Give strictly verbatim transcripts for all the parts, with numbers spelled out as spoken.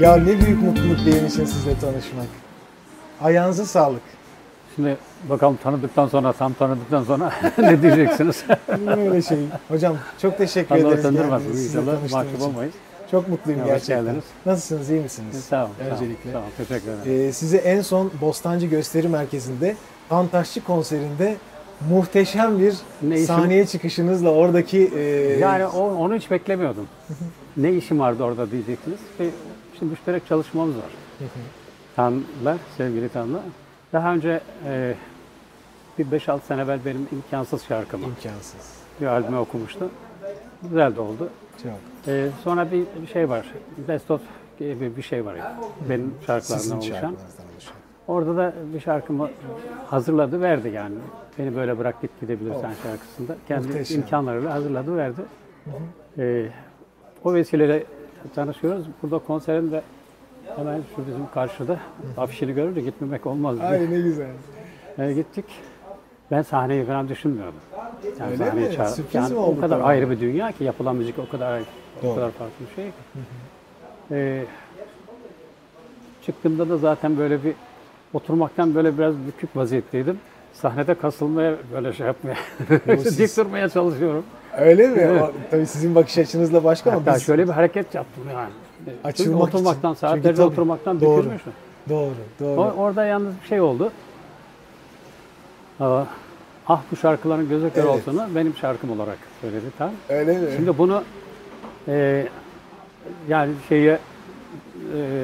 Ya ne büyük mutluluk benim için sizle tanışmak. Ayağınıza sağlık. Şimdi bakalım tanıdıktan sonra, tam tanıdıktan sonra ne diyeceksiniz? Öyle şey. Hocam çok teşekkür Allah ederiz. utandırmasın. geldiğiniz, sizinle İnşallah tanıştığım mahcup için. olmayız. Çok mutluyum Hoş gerçekten. geldiniz. Nasılsınız, iyi misiniz? Sağ olun. Öncelikle. Sağ olun, teşekkür ederim. Ee, size en son Bostancı Gösteri Merkezi'nde Antaşçı konserinde muhteşem bir Ne işim- sahneye çıkışınızla oradaki... e, Yani o, onu hiç beklemiyordum. Ne işim vardı orada diyeceksiniz. Ve şimdi müşterek çalışmamız var. Tan'la, sevgili Tan'la. Daha önce e, bir beş altı sene evvel benim imkansız şarkımı imkansız. bir albüme okumuştu. Güzel de oldu. Çok. E, sonra bir, bir şey var. Best of gibi bir şey var yani. Benim şarkılarımdan Sizin oluşan. şarkılarınızdan oluşan. Orada da bir şarkımı hazırladı, verdi yani. Beni böyle bırak git gidebilirsen şarkısında. Kendi Muhteşem. imkanlarıyla hazırladı, verdi. Ee, o vesileyle tanışıyoruz. Burada konserin de hemen şu bizim karşıda afişini görünce gitmemek olmaz diye. Ay ne güzel. Ee, gittik. Ben sahneyi falan düşünmüyordum. Yani Öyle sahneye mi? çağır- Sürpriz yani mi o oldu kadar tamam? ayrı bir dünya ki yapılan müzik o kadar ayrı, Doğru. o kadar farklı bir şey ki. Ee, çıktığımda da zaten böyle bir oturmaktan böyle biraz bükük vaziyetteydim. Sahnede kasılmaya böyle şey yapmaya, siz- dik durmaya çalışıyorum. Öyle mi? Evet. O, tabii sizin bakış açınızla başka ama Hatta biz... şöyle bir hareket yaptım yani. Çünkü Açılmak için. oturmaktan, Çünkü saatlerce tabii, oturmaktan doğru. bükülmüşüm. Doğru, doğru. O, orada yalnız bir şey oldu. Aa, ah bu şarkıların gözü kör Evet. olsun'u benim şarkım olarak söyledi tam. Öyle mi? Şimdi bunu e, yani şeye e,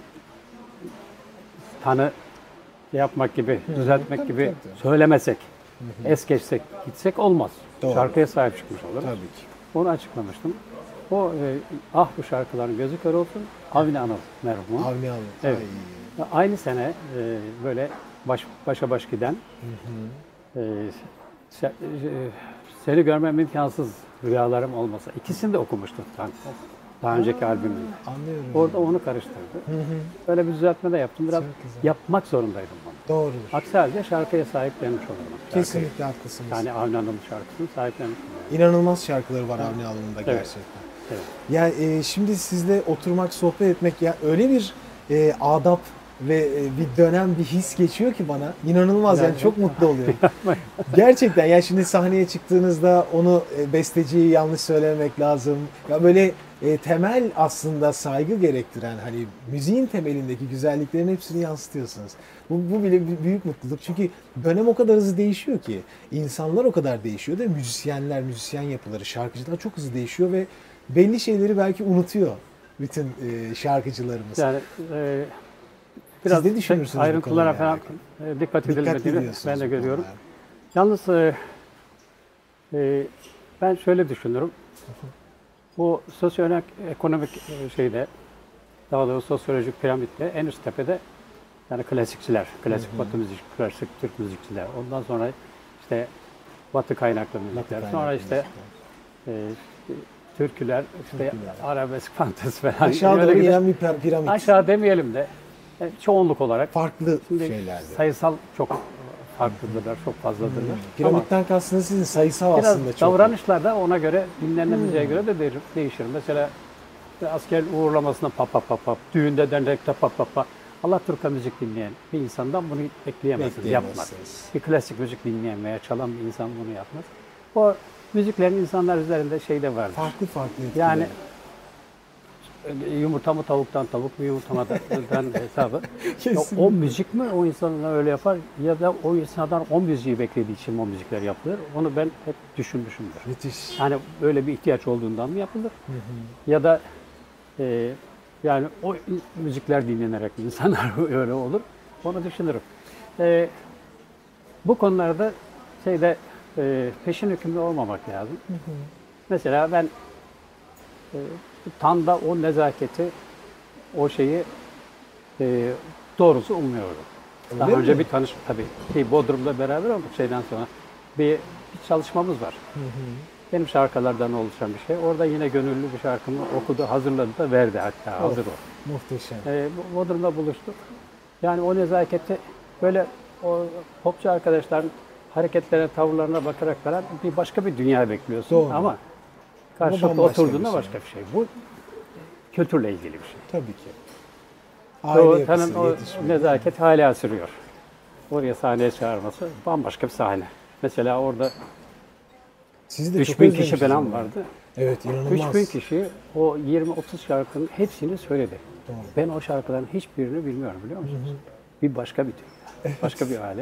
tanı yapmak gibi, düzeltmek Tabii, gibi tabii, tabii. söylemesek, es geçsek, gitsek olmaz. Doğru. Şarkıya sahip çıkmış oluruz. Tabii ki. Onu açıklamıştım. O e, ah bu şarkıların gözü kör olsun, Avni Anıl merhumu. Avni Hanım. Evet. Ay. Aynı sene e, böyle baş, başa baş giden e, se- e, seni görmem imkansız rüyalarım olmasa. İkisini de okumuştum ben. Daha önceki albümünde. Anlıyorum. Orada onu karıştırdı. Öyle bir düzeltme de yaptım. Biraz Çok güzel. yapmak zorundaydım bunu. Doğrudur. Aksi halde şarkıya sahiplenmiş olurum. Şarkıyı. Kesinlikle haklısınız. Yani Avni Anıl'ın şarkısını sahiplenmiş olurum. İnanılmaz şarkıları var Avni Hanım'ın da gerçekten. Evet. Ya e, şimdi sizle oturmak, sohbet etmek ya öyle bir e, adap ve e, bir dönem, bir his geçiyor ki bana. İnanılmaz yani çok mutlu oluyorum. Gerçekten ya şimdi sahneye çıktığınızda onu e, besteciyi yanlış söylememek lazım. Ya böyle e, temel aslında saygı gerektiren hani müziğin temelindeki güzelliklerin hepsini yansıtıyorsunuz. Bu, bu bile bir büyük mutluluk. Çünkü dönem o kadar hızlı değişiyor ki. İnsanlar o kadar değişiyor da müzisyenler, müzisyen yapıları, şarkıcılar çok hızlı değişiyor ve belli şeyleri belki unutuyor bütün e, şarkıcılarımız. Yani e, biraz ne düşünürsünüz bu ayrıntılara konuyla falan e, dikkat edilmediğini ediyorsunuz ben de bu görüyorum. konulara. Yalnız e, e, ben şöyle düşünürüm. Bu sosyoekonomik e, şeyde, daha doğrusu sosyolojik piramitte en üst tepede yani klasikçiler, klasik Batı müzik, klasik Türk müzikçiler. Ondan sonra işte Batı kaynaklı müzikler. kaynaklı Sonra işte e, türküler, işte Türküler. arabesk, fantezi falan. Aşağı Öyle doğru gider. inen bir pir- piramit. Aşağı demeyelim de e, çoğunluk olarak. Farklı Şimdi şeylerdi. sayısal çok farklıdırlar, çok fazladırlar. Ama Piramitten kastınız sizin sayısal biraz aslında çok. davranışlar da ona göre, dinlenen müziğe göre de değişir. değişir. Mesela işte asker uğurlamasına pa pa pa pa, düğünde dernekte pa pa pa. Alaturka müzik dinleyen bir insandan bunu bekleyemezsiniz, yapmaz. Bekleyemezsiniz. Bir klasik müzik dinleyen veya çalan bir insan bunu yapmaz. O müziklerin insanlar üzerinde şey de vardır. Farklı farklı etkileri. Yani yumurta mı tavuktan, tavuk mu yumurtamadan hesabı. Ya Kesinlikle. o müzik mi o insanlar öyle yapar ya da o insandan o müziği beklediği için o müzikler yapılır. Onu ben hep düşünmüşümdür. Müthiş. Yani böyle bir ihtiyaç olduğundan mı yapılır? Ya da e, yani o müzikler dinlenerek insanlar öyle olur. Onu düşünürüm. E, bu konularda şeyde e, peşin hükümlü olmamak lazım. Mesela ben e, Tan'da o nezaketi, o şeyi e, doğrusu ummuyorum. Öyle Daha mi? önce bir tanış tabii ki Bodrum'da beraber olduk şeyden sonra bir, bir çalışmamız var. Benim şarkılardan oluşan bir şey. Orada yine gönüllü bir şarkımı okudu, hazırladı da verdi hatta. Hazır o. Muhteşem. E, Bodrum'da buluştuk. Yani o nezaketi böyle o popçu arkadaşların hareketlerine, tavırlarına bakarak falan bir başka bir dünya bekliyorsun. Doğru. Ama karşılıklı bambaşka oturduğunda bir şey. başka bir şey. Bu kültürle ilgili bir şey. Tabii ki. Aile o, yapısı, tanın o yetişme. nezaket hala sürüyor. Oraya sahneye çağırması bambaşka bir sahne. Mesela orada Sizi de çok üç bin kişi özlemişiz falan ama. vardı. Evet, inanılmaz. üç bin kişi o yirmi otuz şarkının hepsini söyledi. Doğru. Ben o şarkıların hiçbirini bilmiyorum, biliyor musunuz? Bir başka bir dünya, başka bir alem.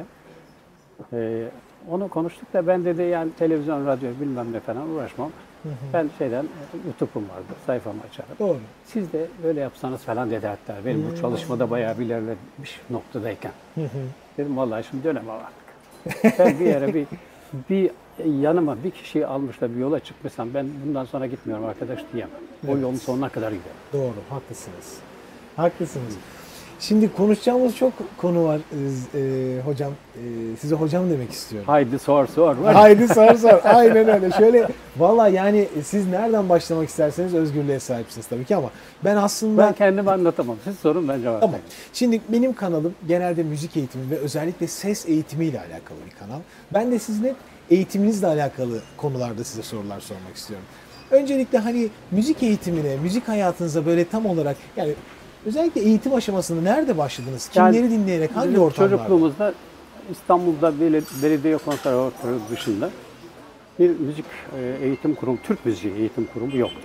Ee, onu konuştuk da ben dedi yani televizyon, radyo bilmem ne falan uğraşmam. Ben şeyden YouTube'um vardı, sayfamı açarım. Doğru. Siz de böyle yapsanız falan dedi hatta. Benim bu çalışmada bayağı bir ilerlemiş noktadayken. Dedim vallahi şimdi dönemem artık. Ben bir yere bir bir yanıma bir kişiyi almış da bir yola çıkmışsam ben bundan sonra gitmiyorum arkadaş diyemem. O Evet. yolun sonuna kadar giderim. Doğru, haklısınız. Haklısınız. Şimdi konuşacağımız çok konu var e, hocam. E, size hocam demek istiyorum. Haydi sor sor. Var. Haydi sor sor. Aynen öyle. Şöyle valla yani siz nereden başlamak isterseniz özgürlüğe sahipsiniz tabii ki ama ben aslında... Ben kendimi anlatamam. Siz sorun ben cevap Tamam. vereyim. Şimdi benim kanalım genelde müzik eğitimi ve özellikle ses eğitimiyle alakalı bir kanal. Ben de sizinle eğitiminizle alakalı konularda size sorular sormak istiyorum. Öncelikle hani müzik eğitimine, müzik hayatınıza böyle tam olarak yani özellikle eğitim aşamasında nerede başladınız? Kimleri Yani dinleyerek, hangi bizim ortamlarda? çocukluğumuzda İstanbul'da Bel- Belediye Konservatuarı dışında bir müzik e, eğitim kurumu, Türk müziği eğitim kurumu yoktu.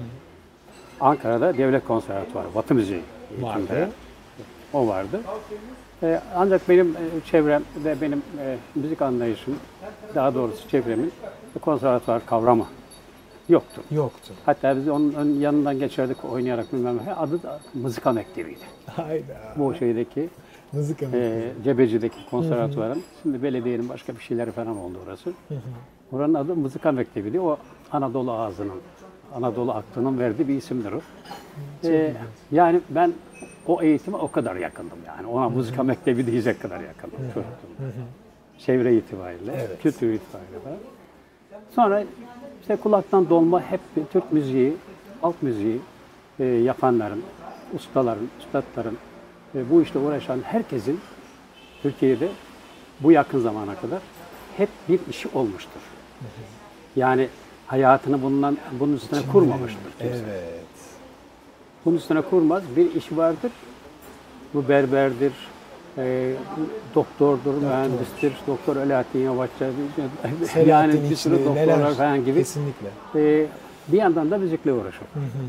Ankara'da Devlet Konservatuarı, Batı müziği eğitim Vardı. o vardı. E, ancak benim e, çevrem ve benim e, müzik anlayışım, daha doğrusu çevremin konservatuar kavramı yoktu. Yoktu. Hatta biz onun ön- yanından geçerdik oynayarak bilmem ne. Adı da Mızıka Mektebi'ydi. Hayda. Bu şeydeki Mızıka mı? e, Cebeci'deki konservatuvarın, şimdi belediyenin başka bir şeyleri falan oldu orası. Oranın adı Mızıka Mektebi'ydi. O Anadolu ağzının, Anadolu aklının verdiği bir isimdir o. E, yani ben o eğitime o kadar yakındım yani. Ona Mızıka Mektebi diyecek kadar yakındım çocukluğumda. Çevre itibariyle, Evet. kültür itibariyle falan. Sonra işte kulaktan dolma hep bir Türk müziği, halk müziği e, yapanların, ustaların, üstadların, e, bu işte uğraşan herkesin Türkiye'de bu yakın zamana kadar hep bir işi olmuştur. Yani hayatını bundan bunun üstüne kurmamıştır kimse. Evet. Bunun üstüne kurmaz. Bir iş vardır. Bu berberdir, e, doktordur, mühendistir, doktor Alaaddin Yavaşça, yani Selahattin bir sürü İçli, doktorlar neler? falan gibi. Kesinlikle. E, bir yandan da müzikle uğraşıyor.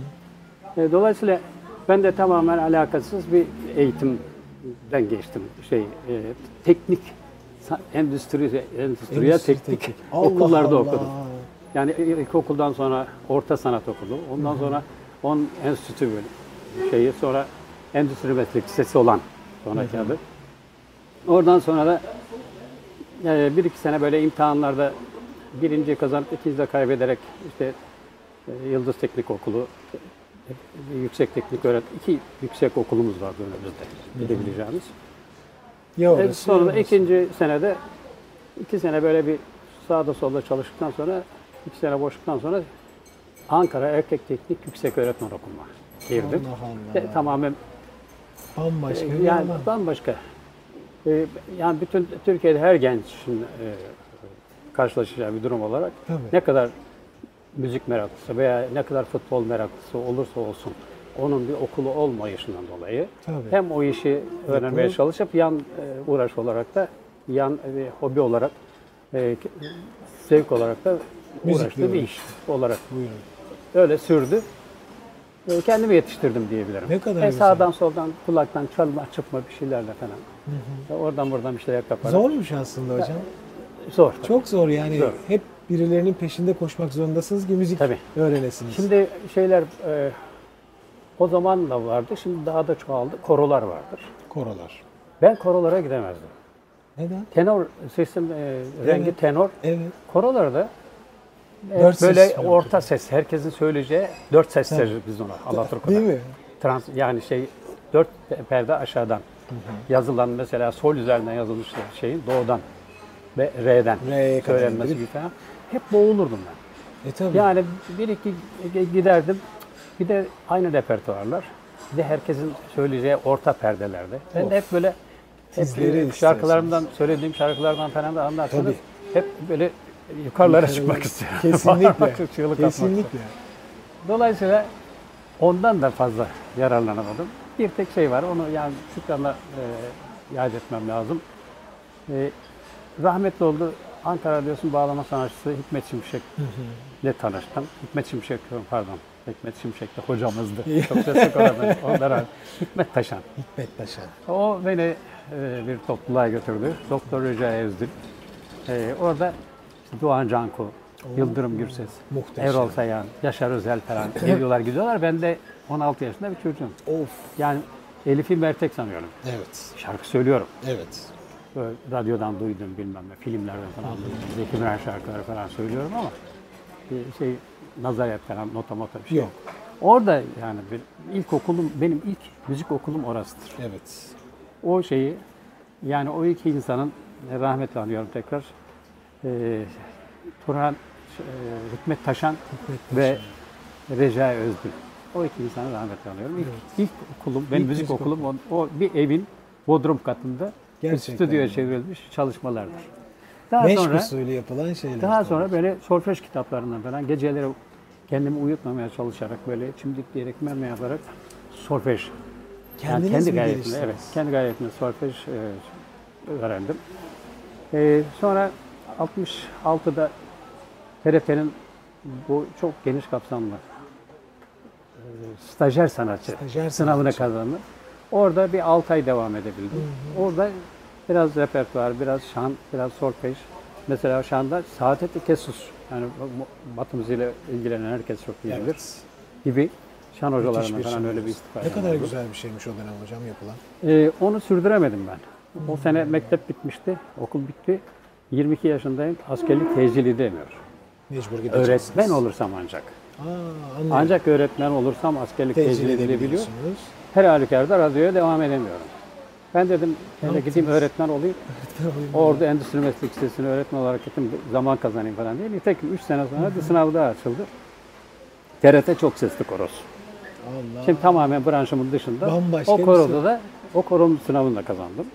E, dolayısıyla ben de tamamen alakasız bir eğitimden geçtim. Şey, e, teknik, sa- endüstri, endüstriyel Endüstri teknik, teknik. Allah okullarda Allah. okudum. Yani ilkokuldan sonra orta sanat okulu, ondan sonra on enstitü bölüm şeyi, sonra endüstri meslek lisesi olan sonraki adı. Oradan sonra da e, bir iki sene böyle imtihanlarda birinci kazanıp ikinci de kaybederek işte e, Yıldız Teknik Okulu, e, yüksek teknik öğretim, iki yüksek okulumuz vardı önümüzde gidebileceğimiz. Ya E, orası, sonra ya da orası. ikinci senede iki sene böyle bir sağda solda çalıştıktan sonra iki sene boşluktan sonra Ankara Erkek Teknik Yüksek Öğretmen Okulu'na girdim. Allah Allah. Ve tamamen Bambaşka e, bir yani alan. bambaşka. E, yani bütün Türkiye'de her gençin e, karşılaşacağı bir durum olarak Tabii. ne kadar müzik meraklısı veya ne kadar futbol meraklısı olursa olsun onun bir okulu olmayışından dolayı Tabii. hem o işi öğrenmeye Yapılır. çalışıp yan e, uğraş olarak da yan e, hobi olarak e, zevk olarak da Müzikle uğraştığı bir uğraş. iş olarak Buyurun. öyle sürdü. E, kendimi yetiştirdim diyebilirim. Ne kadar e, güzel. sağdan soldan kulaktan çalma çıkma bir şeylerle falan. E, oradan buradan bir şeyler yaparak. Zormuş aslında hocam. Zor. Çok zor yani. Zor. Hep birilerinin peşinde koşmak zorundasınız ki müzik Tabii. öğrenesiniz. Şimdi şeyler e, o zaman da vardı. Şimdi daha da çoğaldı. Korolar vardır. Korolar. Ben korolara gidemezdim. Neden? Tenor sesim e, rengi Evet. tenor. Evet. Korolarda e, Dört ses böyle var. orta ses, herkesin söyleyeceği dört ses Tabii. deriz biz ona Alaturka'da. Değil mi? Trans, yani şey dört perde aşağıdan yazılan mesela sol üzerinden yazılmış şeyin doğudan ve re'den Re'ye kadar söylenmesi indirip. gibi falan. Hep boğulurdum ben. E tabii. Yani bir iki giderdim. Bir de aynı repertuarlar. Bir de herkesin söyleyeceği orta perdelerde. Ben de hep böyle Sizleri hep şarkılarımdan, söylediğim şarkılardan falan da anlarsınız. Tabii. Hep böyle yukarılara Yukarı- çıkmak istiyorum. Kesinlikle. Çığlık atmak Kesinlikle. istiyorum. Dolayısıyla ondan da fazla yararlanamadım. bir tek şey var, onu yani Şükran'la e, yad etmem lazım. E, rahmetli oldu, Ankara Radyosu'nun bağlama sanatçısı Hikmet Şimşek'le tanıştım. Hikmet Şimşek, pardon, Hikmet Şimşek de hocamızdı. Çok destek oradan, onlara. Hikmet Taşan. Hikmet Taşan. O beni e, bir topluluğa götürdü. Doktor Recai Özdil. E, orada işte Doğan Canku, Yıldırım Gürses, Muhteşem. Erol Sayan, Yaşar Özel falan geliyorlar gidiyorlar. Ben de on altı yaşında bir çocuğum. Of. Yani Elif'i Mertek sanıyorum. Evet. Şarkı söylüyorum. Evet. Böyle radyodan duydum bilmem ne, filmlerden falan duydum. Zeki Müren şarkıları falan söylüyorum ama bir şey, nazaret falan, nota mota bir şey Yok. Orada yani bir ilk okulum, benim ilk müzik okulum orasıdır. Evet. O şeyi, yani o iki insanın, rahmetle anıyorum tekrar, e, Turhan, e, Hikmet Taşan Hikmet ve Recai Özdil. O iki insanı rahmetle anıyorum. İlk, ilk okulum, benim İlk müzik müzik okulum, o, o bir evin bodrum katında bir Gerçekten stüdyoya öyle. çevrilmiş çalışmalardır. Daha Meşk sonra, usulü yapılan şeyler. daha sonra böyle solfej kitaplarından falan geceleri kendimi uyutmamaya çalışarak böyle çimdik diyerek merme yaparak solfej. Kendiniz kendi mi gayretimle, geliştirdiniz? evet, kendi gayretimle solfej e, öğrendim. E, sonra altmış altıda T R T'nin bu çok geniş kapsamlı e, stajyer sanatçı Stajyer sınavını sanatçı. kazandım. Orada bir altı ay devam edebildim. Orada biraz repertuar, biraz şan, biraz solfej. Mesela şanda Saadet Kesus, yani Batı müziğiyle ilgilenen herkes çok iyi bilir Evet. gibi şan Müthiş hocalarından bir falan şey öyle bir oldu. istifade Ne kadar oldu. güzel bir şeymiş o dönem hocam yapılan. Ee, onu sürdüremedim ben. O sene mektep bitmişti, okul bitti. yirmi iki yaşındayım, askerlik tecili demiyor. Mecbur gideceksiniz. Öğretmen olursam ancak. Aa, anlıyorum. Ancak öğretmen olursam askerlik Tecil tecili edilebiliyor. edebiliyorsunuz. Her halükarda radyoya devam edemiyorum. Ben dedim, hele yaptınız? gideyim öğretmen olayım. Öğretmen olayım. Orada Endüstri Meslek Lisesi'ne öğretmen olarak gittim, zaman kazanayım falan diye. Nitekim üç sene sonra bir sınav daha açıldı. T R T çok sesli korosu. Allah. Şimdi tamamen branşımın dışında. Bambaşka O bir koroda şey. da, o koronun sınavını da kazandım.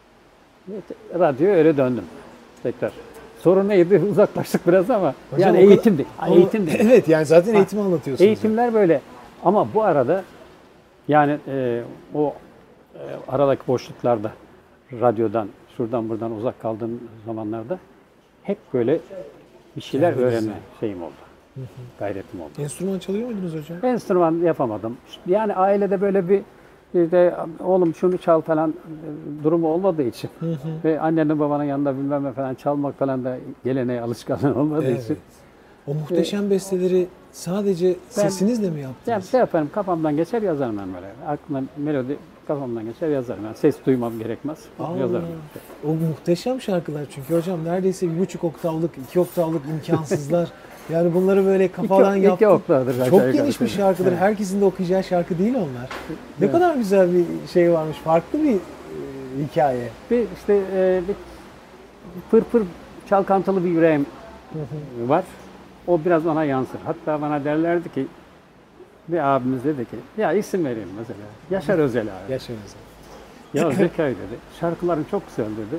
Radyoya öyle döndüm tekrar. Sorun neydi? Uzaklaştık biraz ama Hocam yani o kadar- eğitimdi. Ama- Eğitimdi. Evet, yani zaten eğitimi anlatıyorsunuz. Eğitimler böyle. Ama bu arada yani e, o e, aradaki boşluklarda radyodan, şuradan buradan uzak kaldığım zamanlarda hep böyle bir şeyler Kendinize. öğrenme şeyim oldu. Gayretim oldu. Enstrüman çalıyor muydunuz hocam? Enstrüman yapamadım. Yani ailede böyle bir bir de oğlum şunu çal falan e, durumu olmadığı için ve annenin babanın yanında bilmem ne falan çalmak falan da geleneğe alışkanlığı olmadığı Evet. için. O muhteşem besteleri sadece sesinizle mi yaptınız? Yani şey yaparım, kafamdan geçer yazarım ben böyle. Aklımdan melodi kafamdan geçer yazarım. Yani ses duymam gerekmez. Allah. Yazarım. O muhteşem şarkılar çünkü hocam neredeyse bir buçuk oktavlık, iki oktavlık imkansızlar. Yani bunları böyle kafadan İki- iki yaptık. oklavdır aşağı Çok yukarı. geniş bir şarkıdır. Evet. Herkesin de okuyacağı şarkı değil onlar. Ne Evet. kadar güzel bir şey varmış. Farklı bir e, hikaye. Bir işte e, bir pırpır çalkantılı bir yüreğim var. O biraz ona yansır. Hatta bana derlerdi ki, bir abimiz dedi ki, ya isim vereyim mesela. Yaşar Özel abi. Yaşarınız. Ya Zekai dedi. Şarkıların çok güzel dedi.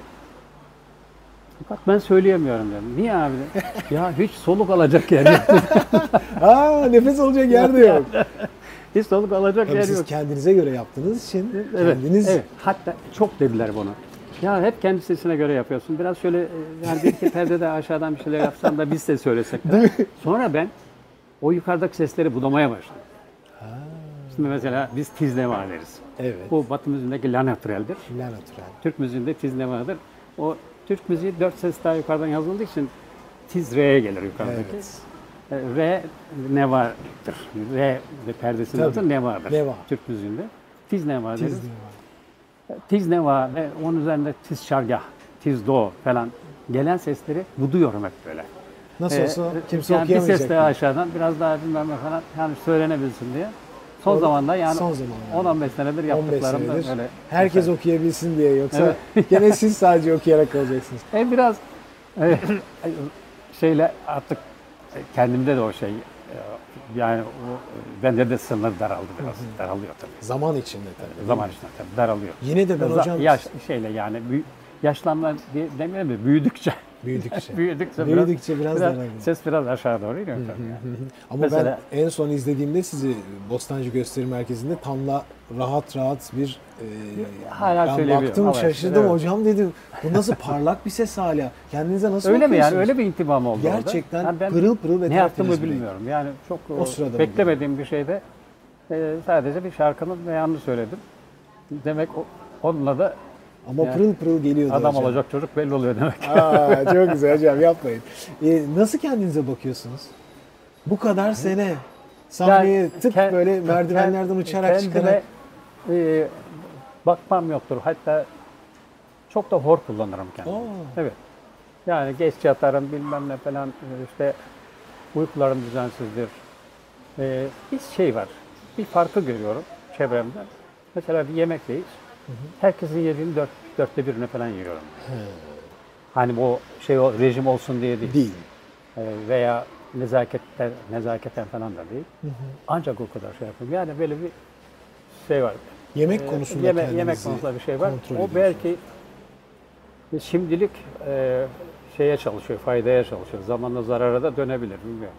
Fakat ben söyleyemiyorum dedim. Niye abi dedi. Ya hiç soluk alacak yer yok. Aa, nefes alacak yer de yok. Hiç soluk alacak Tabii yer siz yok. kendinize göre yaptığınız için Evet, kendiniz evet. Hatta çok dediler bunu. Ya hep kendi sesine göre yapıyorsun. Biraz şöyle e, yani bir iki perdede aşağıdan bir şeyler yapsan da biz de söylesek. Sonra ben o yukarıdaki sesleri bulamaya başladım. Şimdi mesela biz tizneva deriz. evet. Bu Batı müziğindeki la natureldir. La natural. Türk müziğinde tiznevadır. O Türk müziği dört ses daha yukarıdan yazıldığı için tiz re'ye gelir yukarıdaki. Evet. E, Re nevadır. Re ve perdesinin Tabii. adı nevadır. Neva. Türk müziğinde. Tiz neva deriz. Tiz diyor. Tiz neva ve onun üzerinde tiz şargah, tiz do falan gelen sesleri buduyorum hep böyle. Nasıl olsa Ee, kimse yani bir okuyamayacak. ses daha aşağıdan biraz daha bilmem ne falan yani söylenebilsin diye. Son O- zamanda yani son zamanlarda. on on beş senedir on beş yaptıklarım da senedir. böyle. Herkes mesela. okuyabilsin diye yoksa Evet. gene siz sadece okuyarak kalacaksınız. E biraz e, şeyle artık kendimde de o şey e, yani o bende de sınır daraldı biraz. Daralıyor tabii. Zaman içinde tabii. Zaman içinde tabii daralıyor. Yine de ben Za- hocam yaş şeyle yani büyü- yaşlanma diye demeyelim mi? Büyüdükçe Büyüdükçe. Büyüdükçe, Büyüdükçe biraz, biraz, biraz, daha gidiyor. ses biraz aşağı doğru iniyor tabii yani. Ama Mesela- ben en son izlediğimde sizi Bostancı Gösteri Merkezi'nde tam da rahat rahat bir e, Hala ben söyleyemiyorum baktım ama şaşırdım evet. hocam dedim. Bu nasıl parlak bir ses hala. Kendinize nasıl Öyle mi yani? bakıyorsunuz? Öyle bir intimam oldu orada. Gerçekten Yani ben pırıl pırıl ve ne yaptığımı tertemiz bir renk. bilmiyorum. Yani çok O o sırada mı beklemediğim bir şeyde e, sadece bir şarkının beyanını söyledim. Demek o, onunla da Ama Yani pırıl pırıl geliyordu adam hocam. olacak çocuk belli oluyor demek. Aa, çok güzel hocam yapmayın. Ee, nasıl kendinize bakıyorsunuz? Bu kadar sene sahneye Yani tık kend- böyle merdivenlerden kend- uçarak kendime, çıkarak. e, bakmam yoktur. Hatta çok da hor kullanırım kendimi. Aa. Evet. Yani geç yatarım bilmem ne falan, işte uykularım düzensizdir. Ee, bir şey var. Bir farkı görüyorum çevremde. Mesela bir yemekteyiz. Herkesin yediğinin dört, dörtte birini falan yiyorum. Hani bu şey o rejim olsun diye değil. Değil. Ee, veya nezaketten, nezaketen falan da değil. Ancak o kadar şey yapıyorum. Yani böyle bir şey var. Yemek Ee, konusunda yeme- kendinizi yemek konusunda bir şey var. kontrol O ediyorsunuz. belki şimdilik e, şeye çalışıyor, faydaya çalışıyor. Zamanla zarara da dönebilir, bilmiyorum.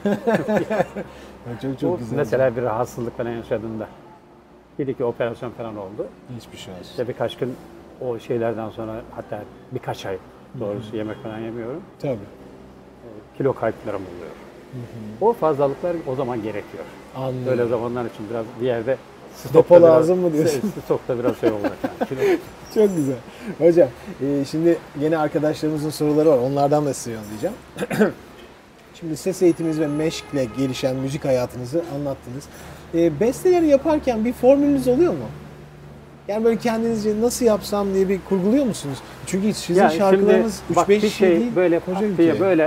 Çok çok Bu güzel. mesela bir rahatsızlık falan yaşadığında bir iki operasyon falan oldu. Hiçbir şey olsun. İşte birkaç gün o şeylerden sonra hatta birkaç ay doğrusu yemek falan yemiyorum. Tabii. Kilo kayıplarım oluyor. O fazlalıklar o zaman gerekiyor. Anlıyorum. Böyle zamanlar için biraz bir yerde Depo biraz- lazım mı diyorsun? Stokta biraz şey olacak yani. Kilo, Çok güzel. Hocam e, şimdi yeni arkadaşlarımızın soruları var. Onlardan da size yollayacağım. Şimdi ses eğitiminiz ve meşkle gelişen müzik hayatınızı anlattınız. E, besteleri yaparken bir formülünüz oluyor mu? Yani böyle kendinizce nasıl yapsam diye bir kurguluyor musunuz? Çünkü sizin Yani şarkılarınız şimdi üç bak beş bir şey değil, böyle koca pat ülke. diye böyle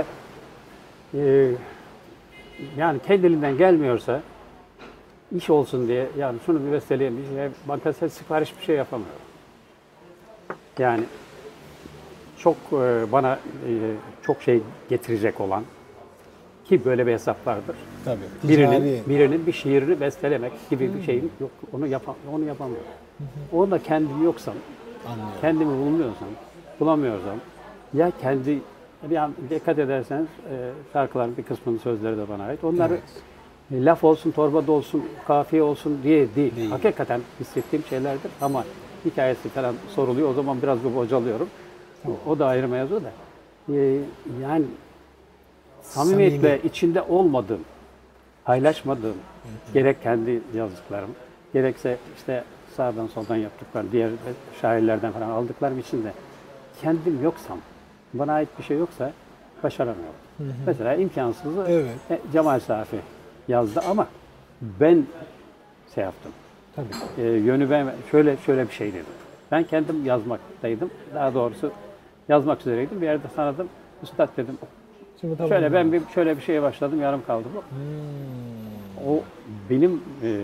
e, yani kendiliğinden gelmiyorsa iş olsun diye yani şunu bir besteleyeyim bir şey bankasal sipariş bir şey yapamıyorum. Yani çok e, bana e, çok şey getirecek olan ki böyle bir hesap vardır. Tabii. Birinin Ticari. birinin bir şiirini bestelemek gibi bir şeyim yok. Onu yapam onu yapamıyorum. Onu da kendim yoksam Anlıyorum. kendimi bulmuyorsam, bulamıyorsam ya kendi yani dikkat ederseniz e, şarkıların bir kısmının sözleri de bana ait. Onları e, laf olsun, torbada olsun, kafiye olsun diye değil. Değil. Hakikaten hissettiğim şeylerdir ama hikayesi falan soruluyor. O zaman biraz bir bocalıyorum. O, o da ayrı mevzu da. E, yani samimiyetle Samimi. içinde olmadığım, paylaşmadığım gerek kendi yazdıklarım, gerekse işte sağdan soldan yaptıklarım, diğer şairlerden falan aldıklarım için de kendim yoksam, bana ait bir şey yoksa başaramıyorum. Mesela imkansızı Evet. e, Cemal Safi yazdı ama ben şey yaptım. Tabii. E, yönü ben şöyle şöyle bir şey dedim. Ben kendim yazmaktaydım. Daha doğrusu yazmak üzereydim. Bir yerde sanadım. Üstad dedim. Şimdi tamam. Şöyle ben bir şöyle bir şeye başladım. Yarım kaldı bu. Hmm. O benim e,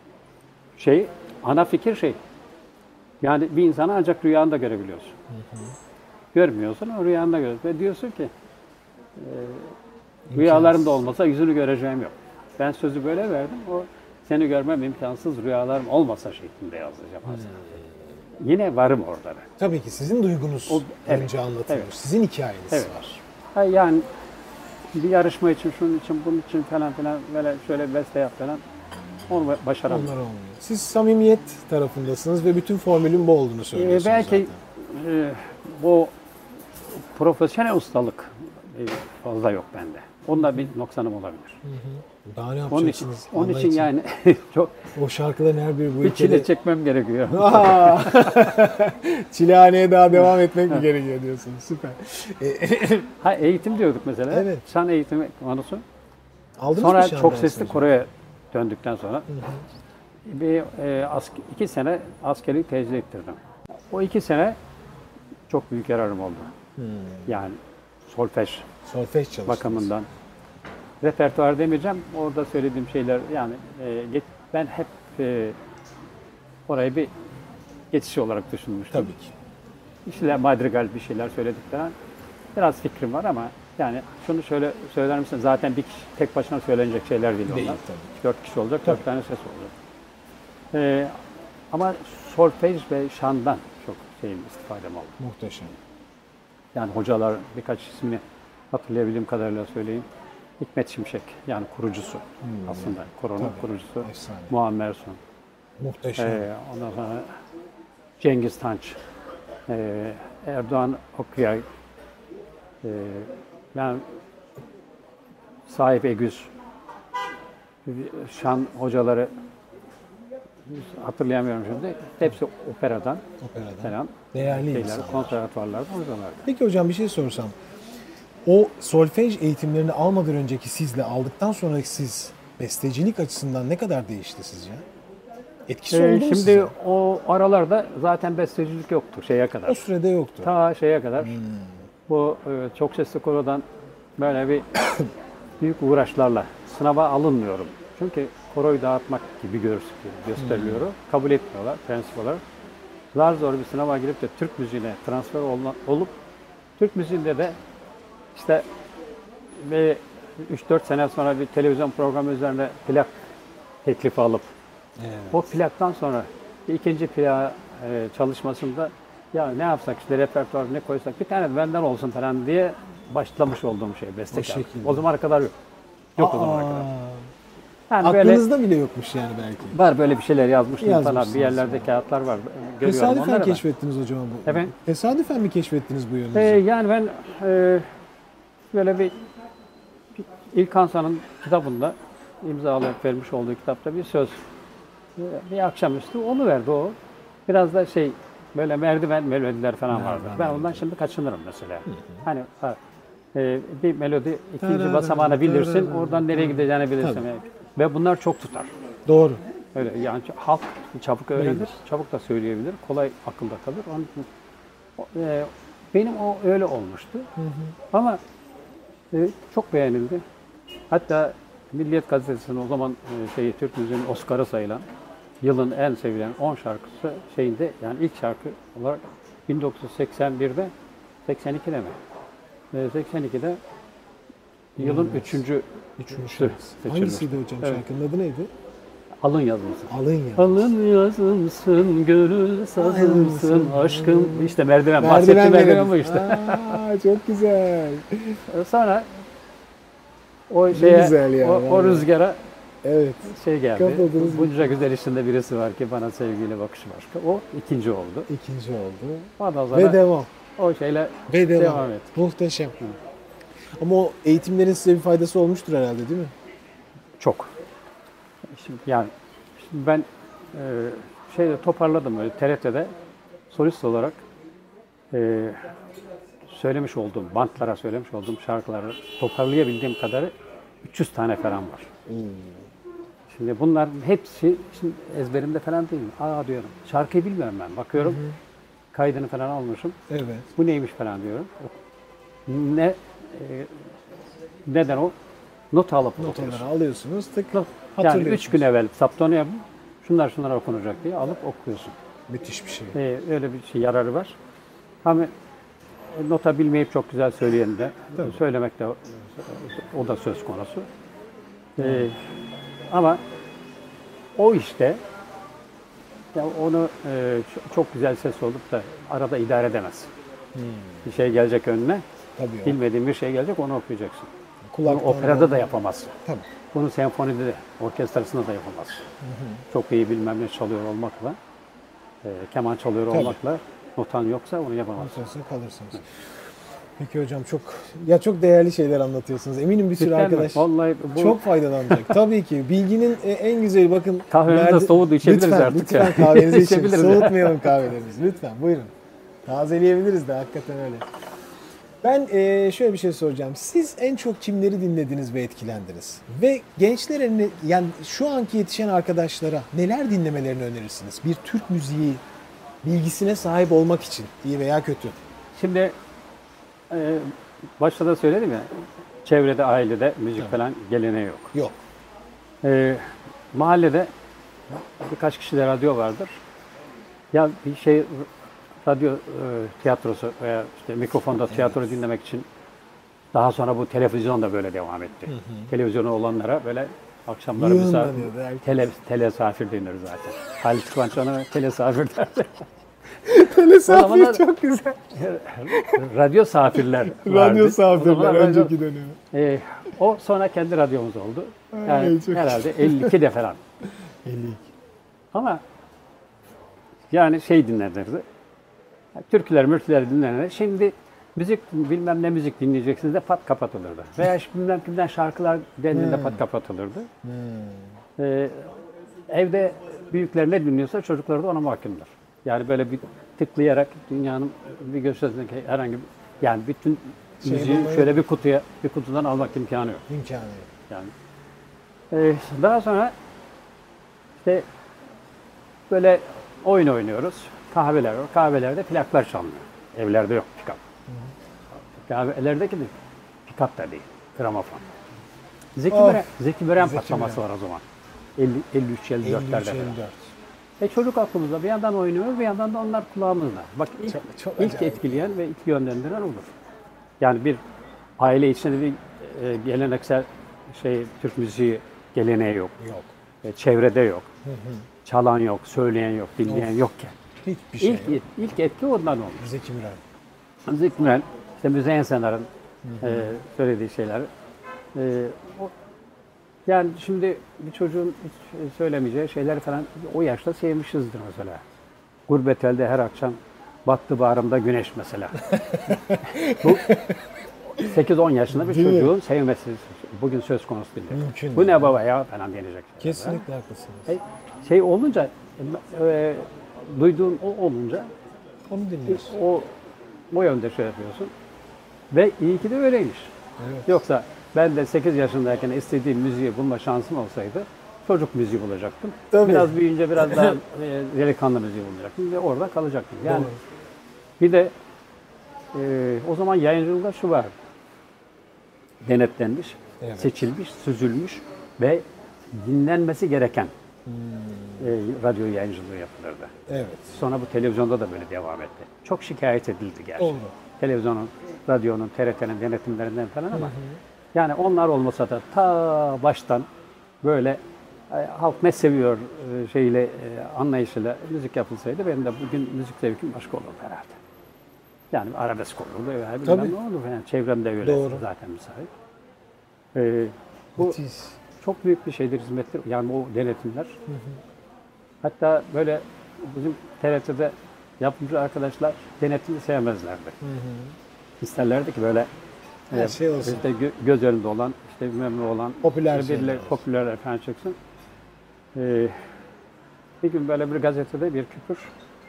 şey ana fikir şey. Yani bir insanı ancak rüyanda görebiliyorsun. Görmüyorsun o rüyanda görüyorsun. Ve diyorsun ki e, rüyalarımda olmasa yüzünü göreceğim yok. Ben sözü böyle verdim. O seni görmem imkansız rüyalarım olmasa şeklinde yazacağım aslında. Yine varım orada ben. Tabii ki sizin duygunuz O- evet, önce anlatılmış. evet. Sizin hikayeniz Evet. var. Ha, yani bir yarışma için, şunun için, bunun için falan filan böyle şöyle bir beste yap falan onu başaramıyorum. Onlar olmuyor. Siz samimiyet tarafındasınız ve bütün formülün bu olduğunu Ee, söylüyorsunuz belki zaten. e, bu profesyonel ustalık e, fazla yok bende. Onda bir noksanım olabilir. Daha ne Onun için, yapacaksınız? onun Allah için yani çok O şarkıların her biri bu bir çile ülkede... çekmem gerekiyor. Aa! Çilehaneye daha devam etmek mi gerekiyor diyorsunuz? Süper. E, Ha eğitim diyorduk mesela. Evet. Şan eğitimi konusu. Aldınız Sonra mı şan çok dersini sesli hocam? Kore'ye döndükten sonra bir e, ask- iki sene askerlik tecil ettirdim. O iki sene çok büyük yararım oldu. Hmm. Yani solfej Solfej çalıştınız. bakımından. Repertuar demeyeceğim. Orada söylediğim şeyler yani e, get- ben hep e, orayı bir geçiş olarak düşünmüştüm. Tabii ki. İşte madrigal bir şeyler söyledik falan. Biraz fikrim var ama yani şunu şöyle söyler misin? Zaten bir kişi tek başına söylenecek şeyler değil, Değil onlar. tabii. Dört kişi olacak, dört tane ses olacak. Ee, ama solfej ve şandan çok şeyim istifadem oldu. Muhteşem. Yani hocalar birkaç ismini hatırlayabildiğim kadarıyla söyleyeyim. Hikmet Şimşek yani kurucusu hmm. aslında koronun Tabii. kurucusu. Efsane. Muammer Sun. Muhteşem. Ee, ondan sonra Cengiz Tanç, ee, Erdoğan Okyay, ee, yani Sahip Egüz, şan hocaları hatırlayamıyorum şimdi. Hepsi operadan, operadan. falan. Değerli şeyler, insanlar. konservatuvarlarda hocalardı. Peki hocam bir şey sorsam. O solfej eğitimlerini almadan önceki sizle aldıktan sonraki siz bestecilik açısından ne kadar değişti sizce? Etkisi Ee, oldu mu şimdi size? o aralarda zaten bestecilik yoktu şeye kadar. O sürede yoktu. Ta şeye kadar. Hmm. Bu e, çok sesli korodan böyle bir büyük uğraşlarla sınava alınmıyorum. Çünkü koroyu dağıtmak gibi gösteriliyor. Hmm. Kabul etmiyorlar prensip olarak. Zar zor bir sınava girip de Türk müziğine transfer olup Türk müziğinde de işte ve üç dört sene sonra bir televizyon programı üzerine plak teklifi alıp evet. o plaktan sonra ikinci plak e, çalışmasında ya ne yapsak işte repertuar ne koysak bir tane benden olsun falan diye başlamış olduğum şey bestekar. O, o zamana kadar yok. Yok Aa. o zamana kadar. Yani aklınızda böyle, bile yokmuş yani belki. Var böyle bir şeyler yazmıştım falan bir yerlerde yani. Kağıtlar var. Tesadüfen keşfettiniz hocam bu. Efendim? Tesadüfen mi keşfettiniz bu yönünüzü? Ee, yani ben e, böyle bir, bir İlk Hansa'nın kitabında imzalayıp vermiş olduğu kitapta bir söz. Bir akşamüstü onu verdi o. Biraz da şey böyle merdiven melodiler falan merdiven vardı. Ben ondan şimdi kaçınırım mesela. Hı hı. Hani ha, e, bir melodi ikinci basamağını bilirsin, oradan nereye gideceğini bilirsin. Yani. Ve bunlar çok tutar. Doğru. Öyle yani halk çabuk öğrenir, Neydir? çabuk da söyleyebilir, kolay akılda kalır. Onun için, e, benim o öyle olmuştu. Hı hı. Ama e, çok beğenildi. Hatta Milliyet Gazetesi'nin o zaman e, şeyi Türk müziğinin Oscar'ı sayılan yılın en sevilen on şarkısı şeyinde yani ilk şarkı olarak bin dokuz yüz seksen birde seksen ikide mi? E, seksen ikide yılın evet. üçüncü Üçüncü. Hangisiydi hocam? Evet. Şarkının adı neydi? Alın yazımsın. Alın yazımsın. Alın yazımsın, gönül sazımsın, aşkım. İşte merdiven, merdiven bahsettiğim merdiven bu işte. Aa, çok güzel. Sonra o şeye, güzel yani, o, o rüzgara evet. şey geldi. Bunca güzel içinde birisi var ki bana sevgiyle bakışı başka. O ikinci oldu. İkinci oldu. Ondan sonra ve devam. O şeyle ve devam, devam et. Muhteşem. Hı. Ama o eğitimlerin size bir faydası olmuştur herhalde değil mi? Çok. Şimdi, yani şimdi ben e, şeyde toparladım öyle T R T'de solist olarak e, söylemiş olduğum, bantlara söylemiş olduğum şarkıları toparlayabildiğim kadarı üç yüz tane falan var. Hmm. Şimdi bunların hepsi şimdi ezberimde falan değil mi? Aa diyorum. Şarkıyı bilmiyorum ben. Bakıyorum. Hı hı. Kaydını falan almışım. Evet. Bu neymiş falan diyorum. Ne e, neden o? Not alıp notaları alıyorsunuz. Tık yani üç gün evvel saptonu yapıp şunlar şunlar okunacak diye alıp okuyorsun. Müthiş bir şey. Ee, öyle bir şey yararı var. Ama nota bilmeyip çok güzel söyleyen de Tabii. söylemek de o da söz konusu. Ee, ama o işte ya onu e, çok güzel ses olup da arada idare edemez. Hmm. Bir şey gelecek önüne. Tabii bilmediğin bir şey gelecek onu okuyacaksın. Bunu operada da yapamazsın. Tabii. Bunu senfonide de, orkestrasında da yapamazsın. Hı hı. Çok iyi bilmem ne çalıyor olmakla, e, keman çalıyor Tabii. olmakla notan yoksa onu yapamazsın. Notasına kalırsınız. Evet. Peki hocam çok ya çok değerli şeyler anlatıyorsunuz. Eminim bir sürü Lütfen arkadaş Vallahi bu... çok faydalanacak. Tabii ki bilginin en güzeli bakın. Kahvemizi merdi... de soğudu içebiliriz lütfen, artık. Lütfen ya. kahvenizi için soğutmayalım kahvelerimizi. Lütfen buyurun. Tazeleyebiliriz de hakikaten öyle. Ben e, şöyle bir şey soracağım. Siz en çok kimleri dinlediniz ve etkilendiniz? Ve gençlere yani şu anki yetişen arkadaşlara neler dinlemelerini önerirsiniz? Bir Türk müziği bilgisine sahip olmak için iyi veya kötü. Şimdi e, başta da söyledim ya çevrede, ailede müzik evet. falan geleneği yok. Yok. E, mahallede birkaç kişide radyo vardır. Ya bir şey radyo e, tiyatrosu veya işte mikrofonda tiyatro evet. dinlemek için daha sonra bu televizyon da böyle devam etti. Hı hı. Televizyonu olanlara böyle akşamları misafir, tele, telesafir denir zaten. Halis Kıvanç ona telesafir derdi. Telesafir zamanlar- çok güzel. Radyo safirler vardı. Radyo O safirler zamanlar radyo- önceki dönemi. Ee, o sonra kendi radyomuz oldu. Ay, Yani çok herhalde elli ikide falan. elli iki. Ama yani şey dinlenirdi. Türküler, mürküler dinlenirdi. Şimdi müzik, bilmem ne müzik dinleyeceksiniz de pat kapatılırdı. Veya işte bilmem kimden şarkılar dendiğinde pat kapatılırdı. Ee, evde büyükler ne dinliyorsa çocuklar da ona mahkumdur. Yani böyle bir tıklayarak dünyanın bir köşesindeki herhangi bir, yani bütün Şey müziği bulmayı- şöyle bir kutuya, bir kutudan almak imkanı yok. İmkanı yok. Yani. Ee, daha sonra işte böyle oyun oynuyoruz. Kahveler var. Kahvelerde plaklar çalınıyor. Evlerde yok pikap. Kahvelerdeki de pikap da değil. Gramofon. Zeki Of. Müren, Zeki Müren Zeki patlaması Müren. var o zaman. elli, elli üç elli dörtlerde elli üç falan. elli dört. E çocuk aklımızda bir yandan oynuyor, bir yandan da onlar kulağımızda. Bak ilk, Çok- çok ilk acayip. etkileyen ve ilk yönlendiren olur. Yani bir aile içinde bir e, geleneksel şey Türk müziği geleneği yok. Yok. E, çevrede yok. Çalan yok, söyleyen yok, dinleyen yokken. Hiçbir şey İlk, yok. ilk etki ondan olmuş. Zeki Müren. Zeki Müren, işte Müzeyyen Senar'ın e, söylediği şeyler. E, o, yani şimdi bir çocuğun hiç söylemeyeceği şeyler falan o yaşta sevmişizdir mesela. Gurbet elde her akşam battı bağrımda güneş mesela. Bu sekiz on yaşında bir Değil mi? çocuğun sevmesi bugün söz konusu değil. Mümkün Bu değil. ne baba ya falan denecek. şeyler. Kesinlikle haklısınız. E, şey olunca e, duyduğun o olunca Onu dinliyorsun. o o yönde şey yapıyorsun. Ve iyi ki de öyleymiş. Evet. Yoksa ben de sekiz yaşındayken istediğim müziği bulma şansım olsaydı çocuk müziği bulacaktım. Tabii. Biraz büyüyünce biraz daha e, delikanlı müziği bulacaktım ve orada kalacaktım. Yani Doğru. bir de e, o zaman yayıncılıkta şu var. Denetlenmiş, Evet. seçilmiş, süzülmüş ve dinlenmesi gereken Hmm. e, radyo yayıncılığı yapılırdı. Evet. Sonra bu televizyonda da böyle devam etti. Çok şikayet edildi gerçi. Oldu. Televizyonun, radyonun, T R T'nin denetimlerinden falan ama yani onlar olmasa da ta baştan böyle e, halk ne seviyor e, şeyle e, anlayışıyla müzik yapılsaydı benim de bugün müzik zevkim başka olurdu herhalde. Yani arabesk olurdu veya bilmem Tabii. ne olurdu. Yani çevremde öyle Doğru. zaten müsait. E, bu Müthiş. çok büyük bir şeydir, hizmettir. Yani o denetimler. Hatta böyle bizim T R T'de yapımcı arkadaşlar denetimi sevmezlerdi. İsterlerdi ki böyle Her e, şey olsun. işte gö- göz önünde olan, işte bilmem ne olan, Popüler birileri şeyler olsun. popüler falan çıksın. Ee, bir gün böyle bir gazetede bir küpür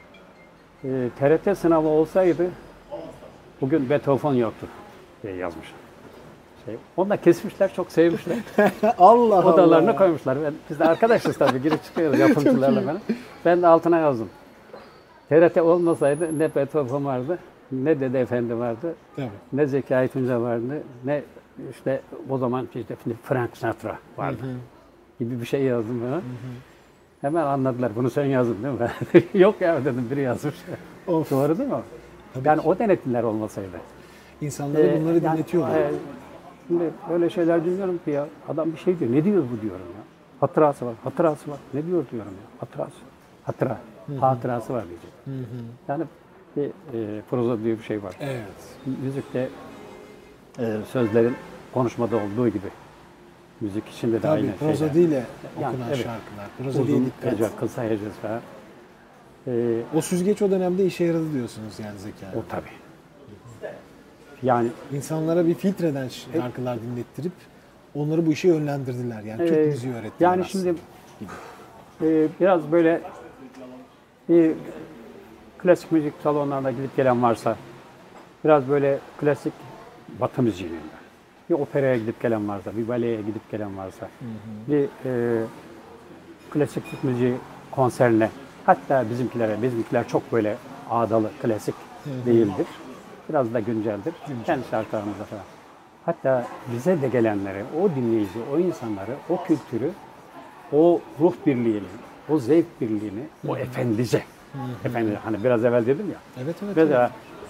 e, T R T sınavı olsaydı bugün Beethoven yoktur diye yazmış. Şey, onu da kesmişler, çok sevmişler. Allah Allah. Odalarına koymuşlar. Ben, biz de arkadaşız tabii, girip çıkıyoruz yapımcılarla falan. Ben de altına yazdım. T R T olmasaydı ne Beethoven vardı, ne Dede Efendi vardı, Tabii. ne Zekai Tunca vardı, ne işte o zaman işte Frank Sinatra vardı gibi bir şey yazdım bana. Hemen anladılar, bunu sen yazdın değil mi? Yok ya dedim, biri yazmış. Of. Doğru değil mi? Yani o denetimler olmasaydı. İnsanlara Ee, bunları yani, dinletiyorlar. e, şimdi böyle şeyler dinliyorum ki ya adam bir şey diyor. Ne diyor bu diyorum ya. Hatırası var, hatırası var. Ne diyor diyorum ya. Hatırası. Hatıra. Hatırası var diyecek. Yani bir e, proza diye bir şey var. Evet. Müzikte e, sözlerin konuşmada olduğu gibi. Müzik içinde de Tabii aynı şeyler. prozodiyle Yani, okunan evet. şarkılar. Prozodiye Uzun, dikkat. hece, kısa hecez falan. E, O süzgeç o dönemde işe yaradı diyorsunuz yani Zeki abi. o tabii. Yani İnsanlara bir filtreden şarkılar dinlettirip onları bu işe yönlendirdiler. Yani Ee, Türk müziği öğrettiler yani aslında. şimdi e, biraz böyle bir klasik müzik salonlarına gidip gelen varsa, biraz böyle klasik Batı müziğinde, bir operaya gidip gelen varsa, bir baleye gidip gelen varsa, bir e, klasik Türk müziği konserine, hatta bizimkilere, bizimkiler çok böyle ağdalı, klasik değildir. Biraz da günceldir. Kendi şarkılarımızda falan. Hatta bize de gelenleri, o dinleyici, o insanları, o kültürü, o ruh birliğini, o zevk birliğini, o efendice. Efendi, hani biraz evvel dedim ya. Evet evet. Mesela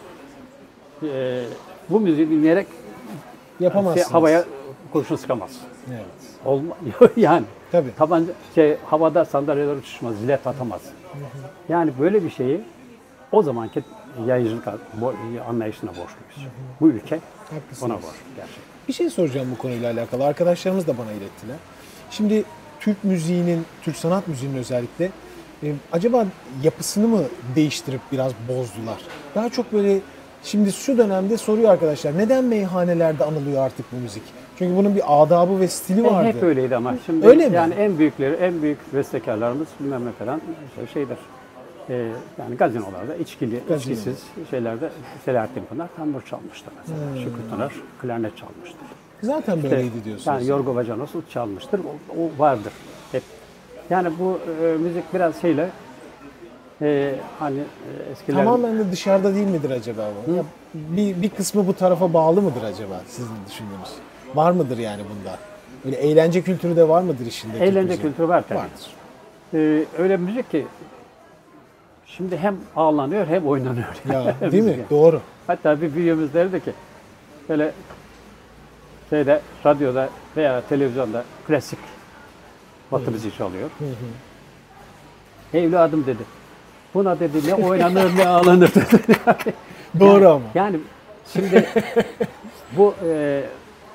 e, bu müziği dinleyerek Yapamazsınız. şey, havaya kurşun sıkamaz. Evet. Olma, yani Tabii. tabanca şey havada sandalyeler uçuşmaz, zilet atamaz. Yani böyle bir şeyi o zamanki yayıncılık anlayışına borçluyuz. Bu ülke Haklısınız. ona borçlu gerçekten. Bir şey soracağım bu konuyla alakalı. Arkadaşlarımız da bana ilettiler. Şimdi Türk müziğinin, Türk sanat müziğinin özellikle e, acaba yapısını mı değiştirip biraz bozdular? Daha çok böyle şimdi şu dönemde soruyor arkadaşlar, neden meyhanelerde anılıyor artık bu müzik? Çünkü bunun bir adabı ve stili vardı. Hep öyleydi ama şimdi Öyle mi? yani en büyükleri, en büyük bestekarlarımız bilmem ne falan işte şeydir. Ee, yani gazinolarda içkili, Gazino. içkisiz şeylerde Selahattin Pınar tambur çalmıştır mesela. Hmm. Şükrü Pınar klarnet çalmıştır. Zaten böyleydi diyorsunuz. Yani Yorgo Vacanos ut çalmıştır. O, o vardır hep. Yani bu e, müzik biraz şeyle e, hani e, eskiler Tamamen de dışarıda değil midir acaba bu? Ya bir, bir kısmı bu tarafa bağlı mıdır acaba sizin düşündüğünüz? Var mıdır yani bunda? Böyle eğlence kültürü de var mıdır işinde? eğlence kültürü var tabii. Vardır. Ee, öyle bir müzik ki şimdi hem ağlanıyor hem oynanıyor. Ya değil mi? Doğru. Hatta bir büyüğümüz derdi ki böyle şeyde radyoda veya televizyonda klasik batı müziği çalıyor. Evladım dedi. Buna dedi ne oynanır ne ağlanır dedi. Doğru yani, ama. Yani şimdi bu e,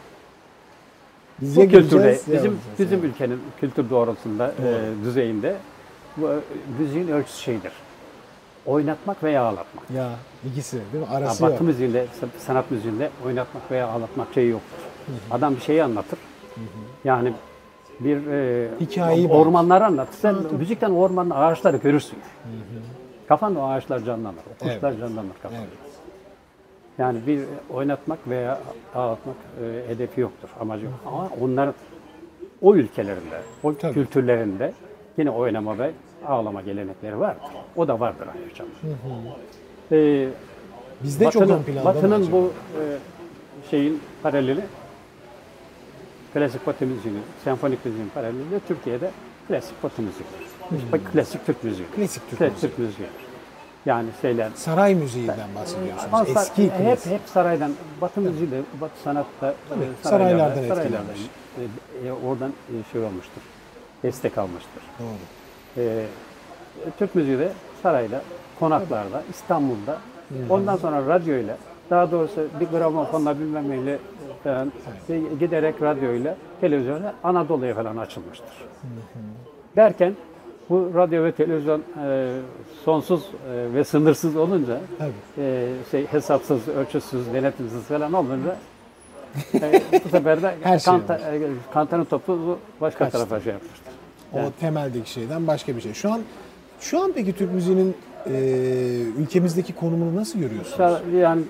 Bize bu kültürde güleceğiz, bizim yapacağız bizim yani. ülkenin kültür doğrultusunda e, düzeyinde bu e, müziğin ölçüsü şeydir. Oynatmak veya ağlatmak. Ya ikisi değil mi? Ha, Arası Batı yok. müziğinde, sanat müziğinde oynatmak veya ağlatmak şeyi yoktur. Adam bir şeyi anlatır. Yani bir e, Hikayeyi ormanları anlatır. Sen müzikten ormanın ağaçları görürsün. Kafanda o ağaçlar canlanır. O kuşlar Evet. canlanır kafanda. Evet. Yani bir oynatmak veya ağlatmak e, hedefi yoktur, amacı yok. Ama onların o ülkelerinde, o Tabii. kültürlerinde yine oynama ve ağlama gelenekleri vardır. O da vardır ayrıca. Ee, Bizde Batı'nın, çok ön planda mı Batı'nın acaba? bu e, şeyin paraleli, klasik Batı müziğinin, senfonik müziğin paraleli Türkiye'de klasik Batı müziğidir. Klasik Türk müziği. Klasik Türk Klasik müziği. Türk müziğidir. Yani şeyler, Saray müziğinden bahsediyorsunuz. Ama sa- Eski hep klasik. hep saraydan, Batı müziği de, Batı sanatta Tabii, e, saraylardan saraylardan etkilenmiş. e, e, oradan e, şey olmuştur. Destek almıştır. Doğru. E, Türk müziği de sarayda, konaklarda, İstanbul'da. Ondan sonra radyoyla, daha doğrusu bir gramofonla bilmem neyle falan e, giderek radyoyla, televizyonla Anadolu'ya falan açılmıştır. Derken bu radyo ve televizyon e, sonsuz e, ve sınırsız olunca, Tabii. e, şey hesapsız, ölçüsüz, denetimsiz falan olunca e, bu sefer de Her şey kanta, e, kantanın topu başka Kaçtı. tarafa şey yapmıştır. O temeldeki şeyden başka bir şey. Şu an şu an peki Türk müziğinin e, ülkemizdeki konumunu nasıl görüyorsunuz? Şa- Yani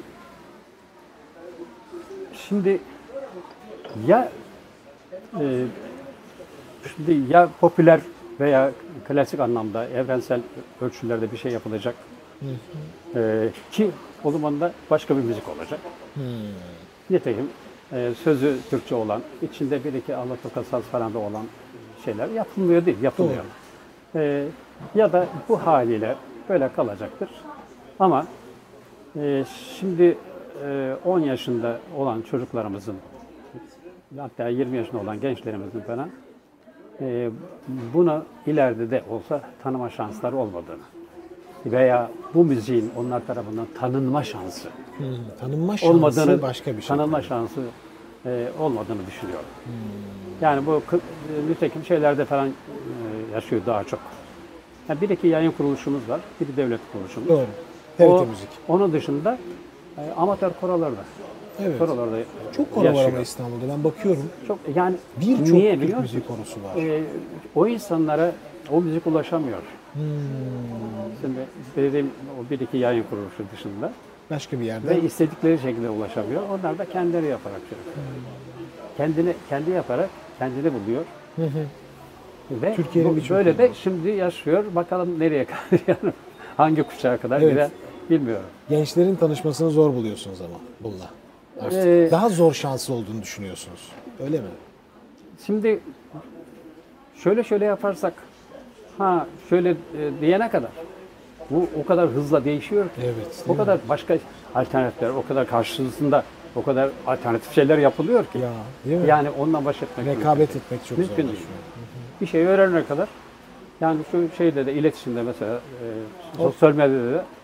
şimdi ya e, şimdi ya popüler veya klasik anlamda evrensel ölçülerde bir şey yapılacak e, ki o zaman da başka bir müzik olacak. Nitekim e, sözü Türkçe olan, içinde bir iki Alaturka saz falan da olan şeyler yapılmıyor değil, yapılıyor. E, ya da bu haliyle böyle kalacaktır. Ama e, şimdi e, on yaşında olan çocuklarımızın, hatta yirmi yaşında olan gençlerimizin falan e, bunu ileride de olsa tanıma şansları olmadığını veya bu müziğin onlar tarafından tanınma şansı Hmm, tanınma şansı olmadığını, başka bir şey. tanınma şansı e, olmadığını düşünüyorum. Yani bu kı- e, nitekim şeylerde falan e, yaşıyor daha çok. Yani bir iki yayın kuruluşumuz var, bir devlet kuruluşumuz. Doğru. T R T O- müzik. Onun dışında e, amatör korolarda. Evet. Korolarda Çok koro var yaşıyor. ama İstanbul'da. Ben bakıyorum. Çok yani Birçok niye Türk biliyor musun? müzik korosu var. E, o insanlara o müzik ulaşamıyor. Hmm, Şimdi dediğim o bir iki yayın kuruluşu dışında başka bir yerden. ve istedikleri şekilde ulaşamıyor. Onlar da kendileri yaparak şey yapıyor. Kendini kendi yaparak kendini buluyor. Hı hı. Ve Türkiye'nin bu- birçok böyle yeri de var. şimdi yaşıyor. Bakalım nereye kadar yani hangi kuşağa kadar Evet. gider bilmiyorum. Gençlerin tanışmasını zor buluyorsunuz ama bununla. Artık Ee, daha zor şanslı olduğunu düşünüyorsunuz. Öyle mi? Şimdi şöyle şöyle yaparsak ha şöyle e, diyene kadar bu o kadar hızla değişiyor ki. Evet. O kadar başka alternatifler, o kadar karşısında o kadar alternatif şeyler yapılıyor ki. Ya, değil mi? Yani onunla baş etmek Rekabet mümkün. etmek çok Mümkün değil. zorlaşıyor. Bir şeyi öğrenene kadar yani şu şeyde de iletişimde mesela e, sosyal medyada da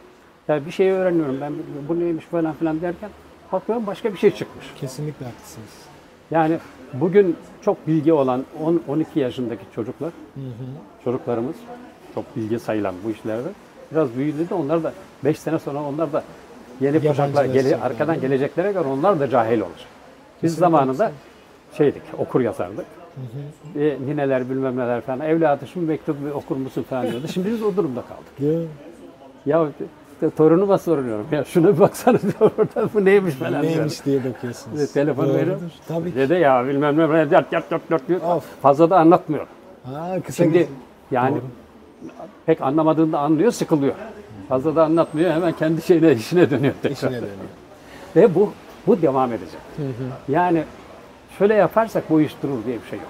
Yani bir şey öğreniyorum ben, bu neymiş falan filan derken bakıyorum başka bir şey çıkmış. Kesinlikle haklısınız. Yani bugün çok bilgi olan on on iki yaşındaki çocuklar, Hı hı. çocuklarımız çok bilgi sayılan bu işlerde biraz büyüdü de onlar da beş sene sonra onlar da yeni kuşaklar gele, Yabancılaşacak arkadan yani. geleceklere göre onlar da cahil olacak. Biz Kesinlikle zamanında şeydik, okur yazardık. Hı hı. E, nineler bilmem neler falan, evladı şimdi mektubu okur musun falan diyordu. Şimdi biz o durumda kaldık. Değil mi? Ya t- torunuma soruyorum ya şuna bir baksana diyor orada bu neymiş falan diyor. Neymiş diye bakıyorsunuz. Telefonu Doğrudur. veriyorum. Tabii ki. Dede ya bilmem ne yat yat yat yat diyor. Of. Fazla da anlatmıyor. Ha, kısa Şimdi kısa. yani Doğru. pek anlamadığında anlıyor, sıkılıyor. Fazla da anlatmıyor, hemen kendi şeyine, işine dönüyor tekrar. İşine dönüyor. Ve bu bu devam edecek. Yani şöyle yaparsak bu iş durur diye bir şey yok.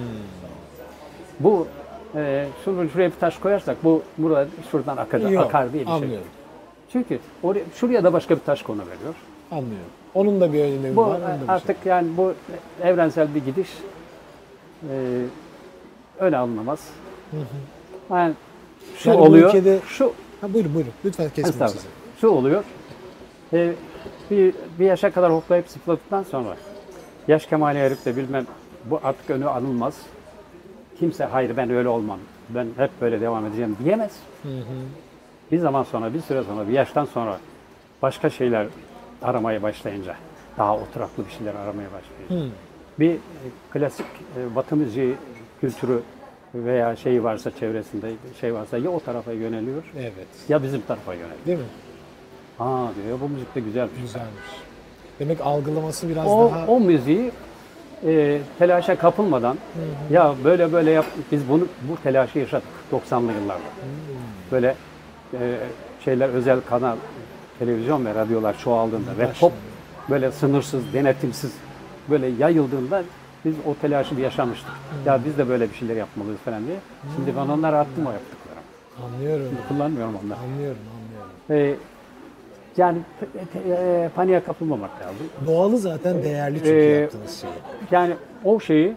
Bu e, şunu şuraya bir taş koyarsak bu burada şuradan akar, Yok, akar diye bir şey yok. anlıyorum. Çünkü oraya, şuraya da başka bir taş konuveriyor. Anlıyorum. Onun da bir önemi Bu var. onun da bir artık yani bu evrensel bir gidiş e, öyle alınamaz. Yani şu Yani bu oluyor, ülkede- şu şey. Ha, buyurun buyurun. Lütfen kesmeyin Estağfurullah. sizi. Şu oluyor. E, bir, bir yaşa kadar hoplayıp zıpladıktan sonra yaş kemale erip de bilmem bu artık önü alınmaz. Kimse hayır ben öyle olmam. Ben hep böyle devam edeceğim diyemez. Bir zaman sonra, bir süre sonra, bir yaştan sonra başka şeyler aramaya başlayınca, daha oturaklı bir şeyler aramaya başlayınca. Bir e, klasik e, Batı müziği kültürü veya şeyi varsa çevresinde şey varsa ya o tarafa yöneliyor Evet. ya bizim tarafa yöneliyor. Değil mi? Aa diyor bu müzik de güzelmiş. Güzelmiş. Demek algılaması biraz O, daha... o müziği e, telaşa kapılmadan ya böyle böyle yap biz bunu bu telaşı yaşadık doksanlı yıllarda. Böyle e, şeyler özel kanal televizyon ve radyolar çoğaldığında ve pop böyle sınırsız, denetimsiz böyle yayıldığında biz o telaşı bir yaşamıştık. Ya biz de böyle bir şeyler yapmalıyız falan diye. Şimdi ben onlara attım o yaptıklarımı. Anlıyorum. Kullanmıyorum onları. Anlıyorum, anlıyorum. E, yani p- p- e, paniğe kapılmamak lazım. Doğalı zaten değerli çünkü Ee, yaptığınız şey. Yani o şeyi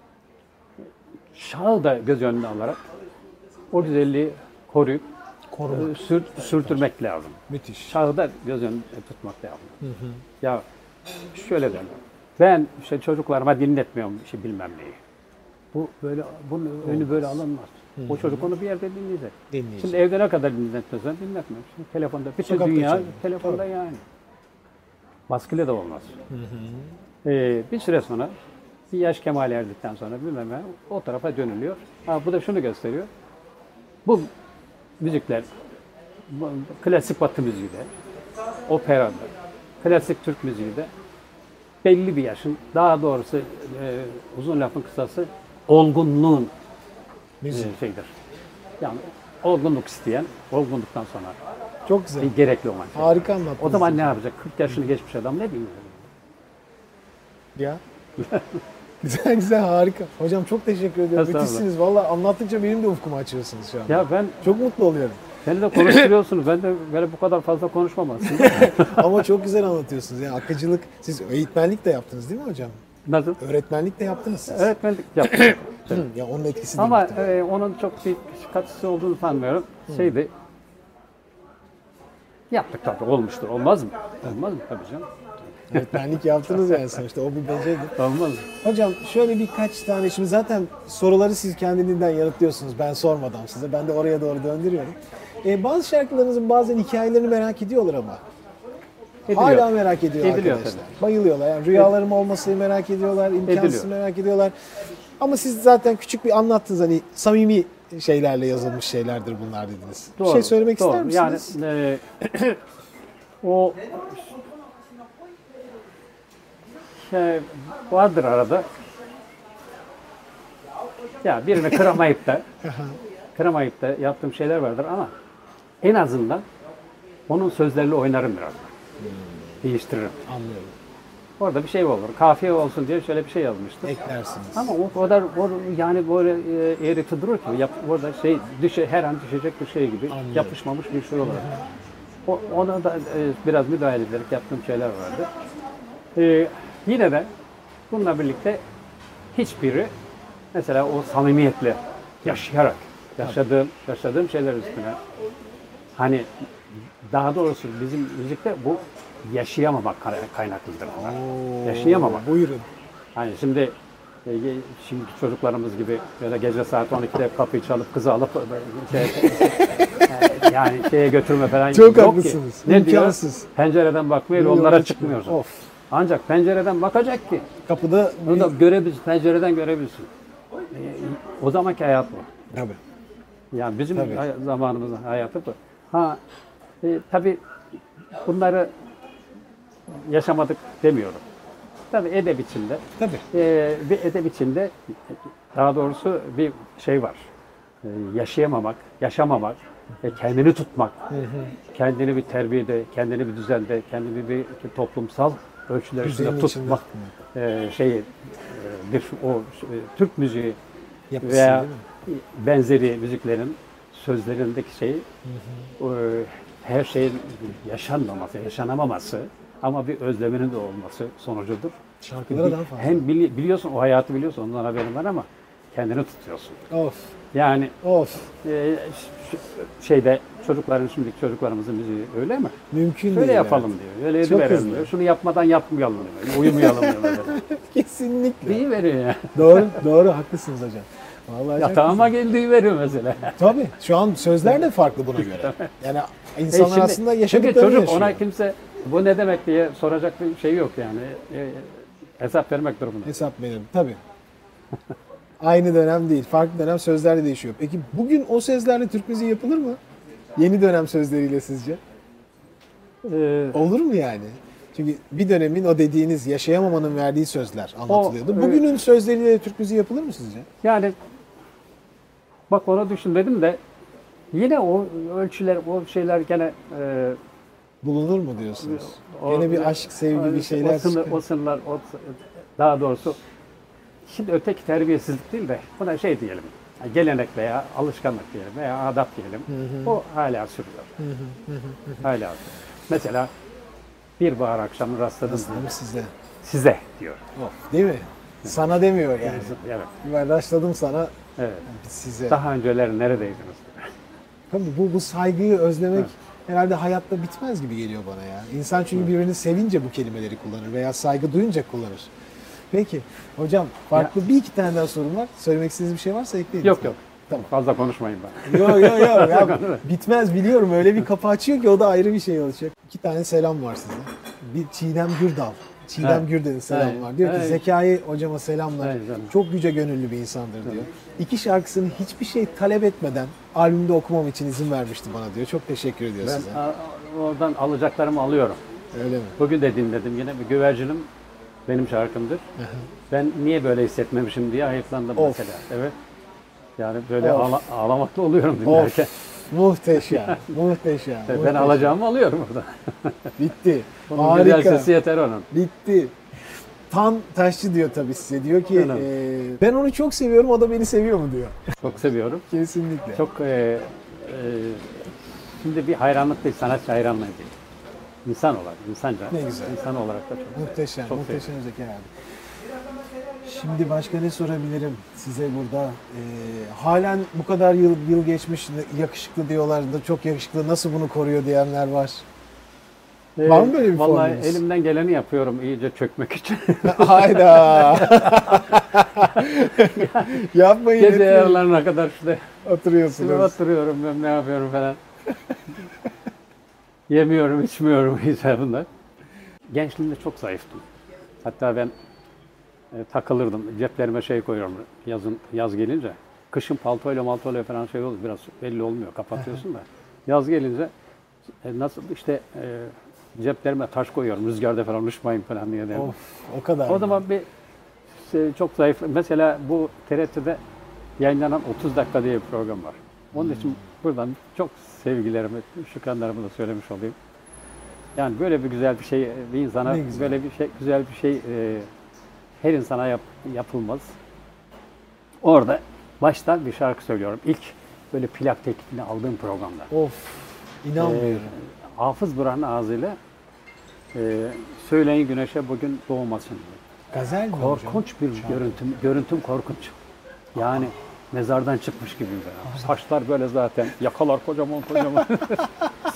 çağı da göz önüne alarak o güzelliği koruyup Koruma. e, sür, sürdürmek lazım. Müthiş. Çağı da göz önünde tutmak lazım. Ya şöyle dedim. Ben işte çocuklarıma dinletmiyorum işte bilmem neyi. Bu böyle bunun önü böyle alınmaz. O çocuk onu bir yerde dinleyecek. Dinleyecek. Şimdi evde ne kadar dinletmesen dinletme. Şimdi telefonda bütün Sokakta dünya çalıyor. telefonda yani. Baskıyla da olmaz. Ee, bir süre sonra bir yaş kemale erdikten sonra bilmem ne o tarafa dönülüyor. Ha, bu da şunu gösteriyor. Bu müzikler bu klasik Batı müziği de, operada, klasik Türk müziği de belli bir yaşın, daha doğrusu e, uzun lafın kısası olgunluğun Müzik. e, şeydir. Yani olgunluk isteyen, olgunluktan sonra Çok güzel. bir gerekli olan şey. Harika anlattınız. O zaman ne yapacak? kırk yaşını geçmiş adam ne bileyim. Ya. Güzel güzel harika. Hocam çok teşekkür ediyorum. Estağfurullah. Müthişsiniz. Valla anlattıkça benim de ufkumu açıyorsunuz şu anda. Ya ben Çok mutlu oluyorum. beni de konuşturuyorsunuz. Ben de böyle bu kadar fazla konuşmam aslında. Ama çok güzel anlatıyorsunuz. Yani akıcılık, siz eğitmenlik de yaptınız değil mi hocam? Nasıl? Öğretmenlik de yaptınız siz. Öğretmenlik yaptım. Hı, ya onun etkisi de Ama muhtemelen. e, onun çok bir katkısı olduğunu sanmıyorum. Şeydi, yaptık tabii olmuştur. Olmaz mı? Olmaz mı? Tabii canım. Öğretmenlik yaptınız yani sonuçta. O bir beceri. Olmaz mı? Hocam şöyle birkaç tane, şimdi zaten soruları siz kendinizden yanıtlıyorsunuz. Ben sormadan size. Ben de oraya doğru döndürüyorum. Ee, bazı şarkılarınızın bazen hikayelerini merak ediyorlar ama. Ediliyor. Hala merak ediyor Ediliyor arkadaşlar. Bayılıyorlar. Yani rüyalarım olmasını merak ediyorlar, imkansız Ediliyor. merak ediyorlar. Ama siz zaten küçük bir anlattınız, hani samimi şeylerle yazılmış şeylerdir bunlar dediniz. Bir şey söylemek doğru. ister misiniz? Yani e, o şey vardır arada. Ya birini kıramayıp da kıramayıp da yaptığım şeyler vardır ama en azından onun sözleriyle oynarım biraz. Değiştiririm. Anlıyorum. Orada bir şey olur. Kafiye olsun diye şöyle bir şey yazmıştım. Eklersiniz. Ama o kadar o, yani böyle e, eğreti durur ki yap, orada şey düşe, her an düşecek bir şey gibi Anlıyorum. yapışmamış bir şey olarak. O, ona da e, biraz müdahale ederek yaptığım şeyler vardı. E, yine de bununla birlikte hiçbiri mesela o samimiyetle yaşayarak yaşadığım yaşadığım şeyler üstüne hani daha doğrusu bizim müzikte bu yaşayamamak kaynaklıdır bunlar. Yaşayamamak. Buyurun. Hani şimdi e, şimdi çocuklarımız gibi böyle gece saat on ikide kapıyı çalıp kızı alıp şey, yani şeye götürme falan Çok yok haklısınız. ki. Ne İmkansız. diyor? Pencereden bakmıyor, Böyle onlara yola çıkmıyorsun. Of. Ancak pencereden bakacak ki. Kapıda Bunu da görebilsin, pencereden görebilsin. E, o zamanki hayat bu. Tabii. Yani bizim Tabii. hay- zamanımızın hayatı bu. Ha, e, tabii bunları yaşamadık demiyorum. Tabii edeb içinde, Tabii. e, bir edeb içinde daha doğrusu bir şey var. E, yaşayamamak, yaşamamak, e, kendini tutmak, kendini bir terbiyede, kendini bir düzende, kendini bir toplumsal ölçüler Düzenin içinde içinde tutmak e, şeyi, e, bir o e, Türk müziği Yapısı veya değil mi? benzeri müziklerin sözlerindeki şey e, her şeyin yaşanmaması, yaşanamaması ama bir özleminin de olması sonucudur. Şarkılara daha fazla. Hem bili- biliyorsun o hayatı biliyorsun ondan haberin var ama kendini tutuyorsun. Of. Yani Of. e, ş- şeyde çocukların şimdiki çocuklarımızın müziği öyle mi? Mümkün Şöyle değil. yapalım evet. diyor. Öyle Çok ediverelim hızlı. diyor. Şunu yapmadan yapmayalım diyor. Uyumayalım diyor mesela. Kesinlikle. Deyi veriyor ya. Doğru, doğru haklısınız hocam. Vallahi çok Yatağıma geldiği veriyor mesela. güzel. Tabii. Şu an sözler de farklı buna göre. Yani E insanlar şimdi- aslında çünkü yaşadıklarını çocuk yaşıyor. ona kimse bu ne demek diye soracak bir şey yok yani. E, hesap vermek durumunda. Hesap verelim. Tabii. Aynı dönem değil. Farklı dönem sözler de değişiyor. Peki bugün o sözlerle Türk müziği yapılır mı? Yeni dönem sözleriyle sizce? Ee, Olur mu yani? Çünkü bir dönemin o dediğiniz yaşayamamanın verdiği sözler anlatılıyordu. O, Bugünün sözleriyle de Türk müziği yapılır mı sizce? yani bak onu düşünmedim de yine o ölçüler, o şeyler gene e, Bulunur mu diyorsunuz? o- Yine bir aşk, sevgi bir şeyler o, sınır, çıkıyor. o sınırlar, o, daha doğrusu şimdi öteki terbiyesizlik değil de buna şey diyelim, gelenek veya alışkanlık diyelim veya adap diyelim. O hala sürüyor. Hala sürüyor. Mesela bir bahar akşamı rastladım Nasıl diyor. size? Size diyor. Of, değil mi? Sana demiyor yani. Evet. Ben rastladım sana, Evet. size. Daha önceler neredeydiniz? Tabii bu, bu saygıyı özlemek herhalde hayatta bitmez gibi geliyor bana ya. İnsan çünkü birbirini sevince bu kelimeleri kullanır veya saygı duyunca kullanır. Peki hocam farklı bir iki tane daha sorum var. Söylemek istediğiniz bir şey varsa ekleyin. Yok yok. Tamam. Fazla konuşmayın ben. Yok yok yok. Ya, bitmez biliyorum. Öyle bir kapı açıyor ki o da ayrı bir şey olacak. İki tane selam var size. Bir Çiğdem Gürdal. Çiğdem Evet. Gürdel'in selamı Evet. var. Diyor ki Evet. Zekai hocama selamlar. Evet canım. Çok yüce gönüllü bir insandır diyor. İki şarkısını hiçbir şey talep etmeden albümde okumam için izin vermişti bana diyor. Çok teşekkür ediyor Ben size. a- oradan alacaklarımı alıyorum. Öyle mi? Bugün de dinledim yine. Bir güvercinim benim şarkımdır. Ben niye böyle hissetmemişim diye ayıplandım Of. mesela. Evet. Yani böyle Of. ağla- ağlamaklı oluyorum dinlerken. Of. Muhteşem. Muhteşem. Ben muhteşem. alacağımı alıyorum orada. Bitti. Onun güzel Harika. sesi yeter onun. Bitti. Tan Taşçı diyor tabii size. Diyor ki Canım. e, ben onu çok seviyorum, o da beni seviyor mu diyor. Çok seviyorum. Kesinlikle. Çok e, e, şimdi bir hayranlık değil, sanatçı hayranlığı değil. İnsan olarak, insanca. Ne güzel. İnsan olarak da çok Muhteşem, Çok muhteşem Zekai abi. Şimdi başka ne sorabilirim size burada? Ee, halen bu kadar yıl yıl geçmiş, yakışıklı diyorlar da çok yakışıklı, nasıl bunu koruyor diyenler var. Ee, Var mı böyle bir Vallahi formülünüz? elimden geleni yapıyorum iyice çökmek için. Hayda. Yapmayın. Gece etmeyin. yarılarına kadar işte Oturuyorsunuz. oturuyorum, ben ne yapıyorum falan. Yemiyorum, içmiyorum hesabında. Gençliğimde çok zayıftım. Hatta ben e, takılırdım. Ceplerime şey koyuyorum yazın yaz gelince. Kışın paltoyla maltoyla falan şey olur. Biraz belli olmuyor. Kapatıyorsun da. Yaz gelince e, nasıl işte e, ceplerime taş koyuyorum. Rüzgarda falan uçmayın falan diye. derdim. Of, o kadar. O zaman bir şey, çok zayıf. Mesela bu T R T'de yayınlanan otuz dakika diye bir program var. Onun için buradan çok sevgilerimi, şükranlarımı da söylemiş olayım. Yani böyle bir güzel bir şey bir insana Ne güzel. böyle bir şey güzel bir şey e, her insana yap, yapılmaz. Orada baştan bir şarkı söylüyorum. İlk böyle plak teklifini aldığım programda. Of, inanmıyorum. Ee, Hafız Burhan'ın ağzıyla e, söyleyin güneşe bugün doğmasın diye. Gazel mi hocam? Korkunç bir görüntüm, görüntüm korkunç. Yani mezardan çıkmış gibi. Böyle. Saçlar böyle zaten, yakalar kocaman kocaman.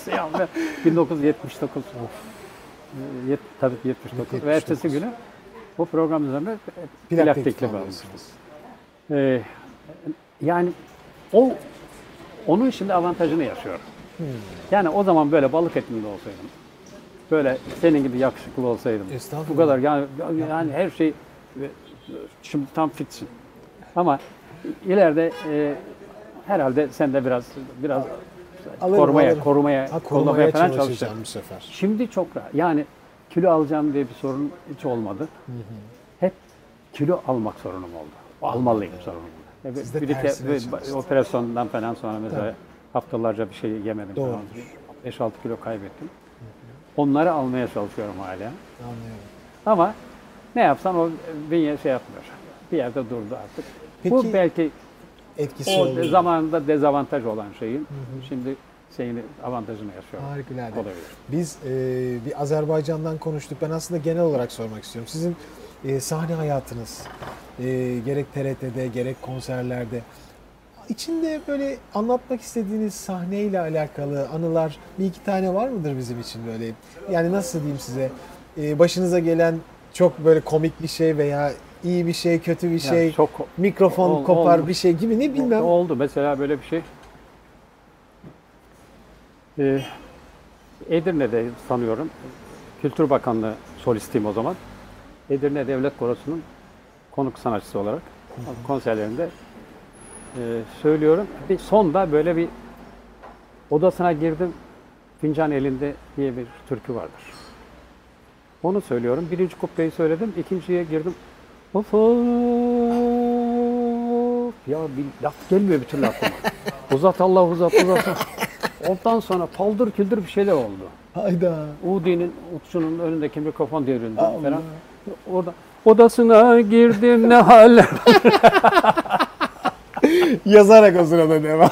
Ya ben bin dokuz yüz yetmiş dokuz. Yet, tabii yetmiş dokuz. yetmiş dokuz. Ve ertesi günü bu program üzerine Plak plak teklif teklifi alıyorsunuz. almıştım. Ee, yani o onun şimdi avantajını yaşıyorum. Hmm. Yani o zaman böyle balık etinde olsaydım, böyle senin gibi yakışıklı olsaydım, Estağfurullah. bu kadar yani yani her şey şimdi tam fitsin. Ama ileride e, herhalde sen de biraz biraz Alırım, korumaya alırım. korumaya Ha, kollamaya falan çalışacağım çalışacağım. bu sefer. Şimdi çok rahat. Yani kilo alacağım diye bir sorun hiç olmadı. Hı hı. Hep kilo almak sorunum oldu. Almalıyım sorunum oldu. Yani Siz de bir iki tersine bir çalıştınız. operasyondan falan sonra mesela Tabii. haftalarca bir şey yemedim Doğrudur. falan. beş altı kilo kaybettim. Onları almaya çalışıyorum hala. Anlıyorum. Ama ne yapsan o bünye şey yapmıyor. Bir yerde durdu artık. Peki, Bu belki Etkisi o oluyor. zamanında dezavantaj olan şeyin şimdi şeyini avantajını yaşıyor. Harikulade. Olabilir. Biz e, bir Azerbaycan'dan konuştuk. Ben aslında genel olarak sormak istiyorum. Sizin e, sahne hayatınız, e, gerek T R T'de gerek konserlerde, içinde böyle anlatmak istediğiniz sahneyle alakalı anılar bir iki tane var mıdır bizim için böyle? Yani nasıl diyeyim size, e, başınıza gelen çok böyle komik bir şey veya iyi bir şey, kötü bir şey, Yani çok mikrofon ol- kopar olmuş. bir şey gibi ne bilmem. oldu mesela böyle bir şey. Ee, Edirne'de sanıyorum Kültür Bakanlığı solistiyim o zaman. Edirne Devlet Korosu'nun konuk sanatçısı olarak konserlerinde e, söylüyorum. Bir sonda böyle bir odasına girdim. Fincan elinde diye bir türkü vardır. Onu söylüyorum. Birinci kupleyi söyledim. İkinciye girdim. Of of. Ya bir laf gelmiyor bir türlü aklıma. Uzat Allah uzat uzat. Ondan sonra paldır küldür bir şeyler oldu. Hayda. Udi'nin uçuşunun önündeki mikrofon devrildi Allah. falan. Orada odasına girdim ne haller. Yazarak o sırada devam.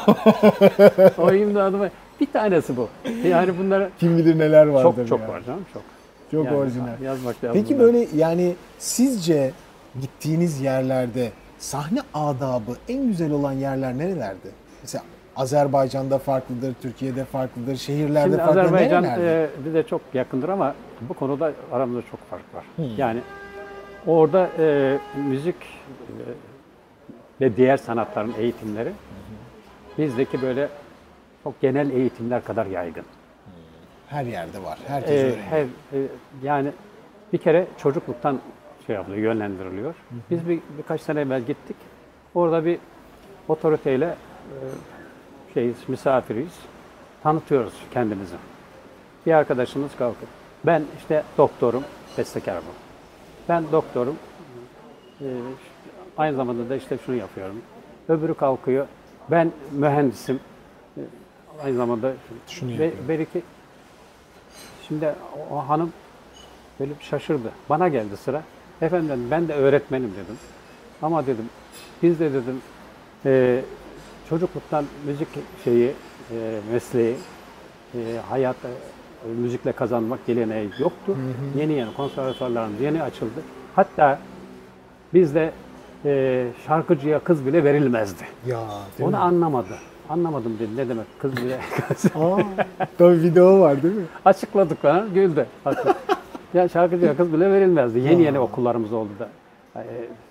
O imdadıma bir tanesi bu. Yani bunlara Kim bilir neler vardır çok çok ya. var canım çok. Çok Yani orijinal. Yazmak lazım. Peki böyle yani sizce gittiğiniz yerlerde sahne adabı en güzel olan yerler nerelerdi? Mesela Azerbaycan'da farklıdır, Türkiye'de farklıdır, şehirlerde Şimdi farklı Azerbaycan nerelerde? e, bize çok yakındır ama bu konuda aramızda çok fark var. Yani orada e, müzik e, ve diğer sanatların eğitimleri bizdeki böyle çok genel eğitimler kadar yaygın. Her yerde var. Herkes E, öğreniyor. her e, yani bir kere çocukluktan şey yapılıyor, yönlendiriliyor. Biz bir birkaç sene evvel gittik. Orada bir otoriteyle e, şeyiz, misafiriyiz. Tanıtıyoruz kendimizi. Bir arkadaşımız kalkıp, ben işte doktorum, bestekar bu. Ben doktorum, e, aynı zamanda da işte şunu yapıyorum. Öbürü kalkıyor, ben mühendisim, e, aynı zamanda Şunu ve yapıyorum. belki şimdi o, o hanım böyle bir şaşırdı. Bana geldi sıra. Efendim ben de öğretmenim dedim. Ama dedim, biz de dedim e, çocukluktan müzik şeyi, e, mesleği, e, hayatta e, müzikle kazanmak geleneği yoktu. Yeni yeni konservatuvarlarımız yeni açıldı. Hatta bizde e, şarkıcıya kız bile verilmezdi. Ya, değil Onu mi? anlamadı. Anlamadım dedi. Ne demek kız bile? Aa, tabii video var değil mi? Açıkladık falan, güldü. Haklı. Ya şarkıcıya kız bile verilmezdi. Yeni Ya. yeni okullarımız oldu da. E,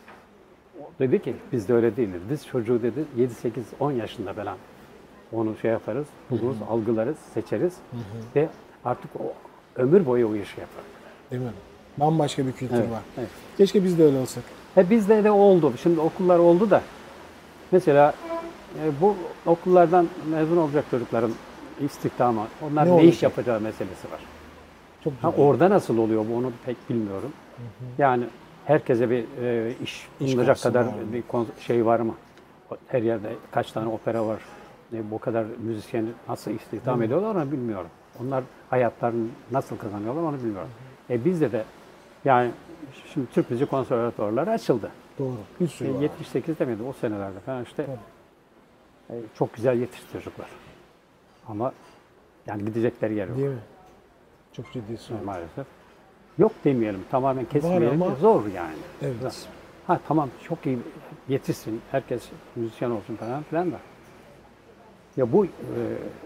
dedi ki bizde öyle değildir. Biz çocuğu dedi yedi sekiz on yaşında falan onu şey yaparız, buluruz, algılarız, seçeriz ve artık o ömür boyu o işi yapar. Değil mi? Bambaşka bir kültür Evet, var. evet. Keşke biz de öyle olsak. He bizde de oldu. Şimdi okullar oldu da mesela e, bu okullardan mezun olacak çocukların istihdamı, onlar Ne ne, olacak? iş yapacağı meselesi var. Çok Ha, güzel. orada nasıl oluyor bu onu pek bilmiyorum. Yani herkese bir e, iş İş bulunacak kapısı kadar var mı? bir kon- şey var mı? Her yerde kaç tane opera var? E, bu kadar müzisyeni nasıl istihdam ediyorlar onu bilmiyorum. Onlar hayatlarını nasıl kazanıyorlar onu bilmiyorum. E, bizde de yani şimdi Türk Müzik Konservatuvarları açıldı. Doğru. Bir sürü E, var. yetmiş sekizde miydi o senelerde falan işte e, çok güzel yetişti çocuklar. Ama yani gidecekleri yer yok. Değil mi? Çok ciddi sorun. Maalesef. Yok demeyelim, tamamen kesmeyelim. ama- Zor yani. Evet. Ha tamam çok iyi yetişsin, herkes müzisyen olsun falan filan da. Ya bu e,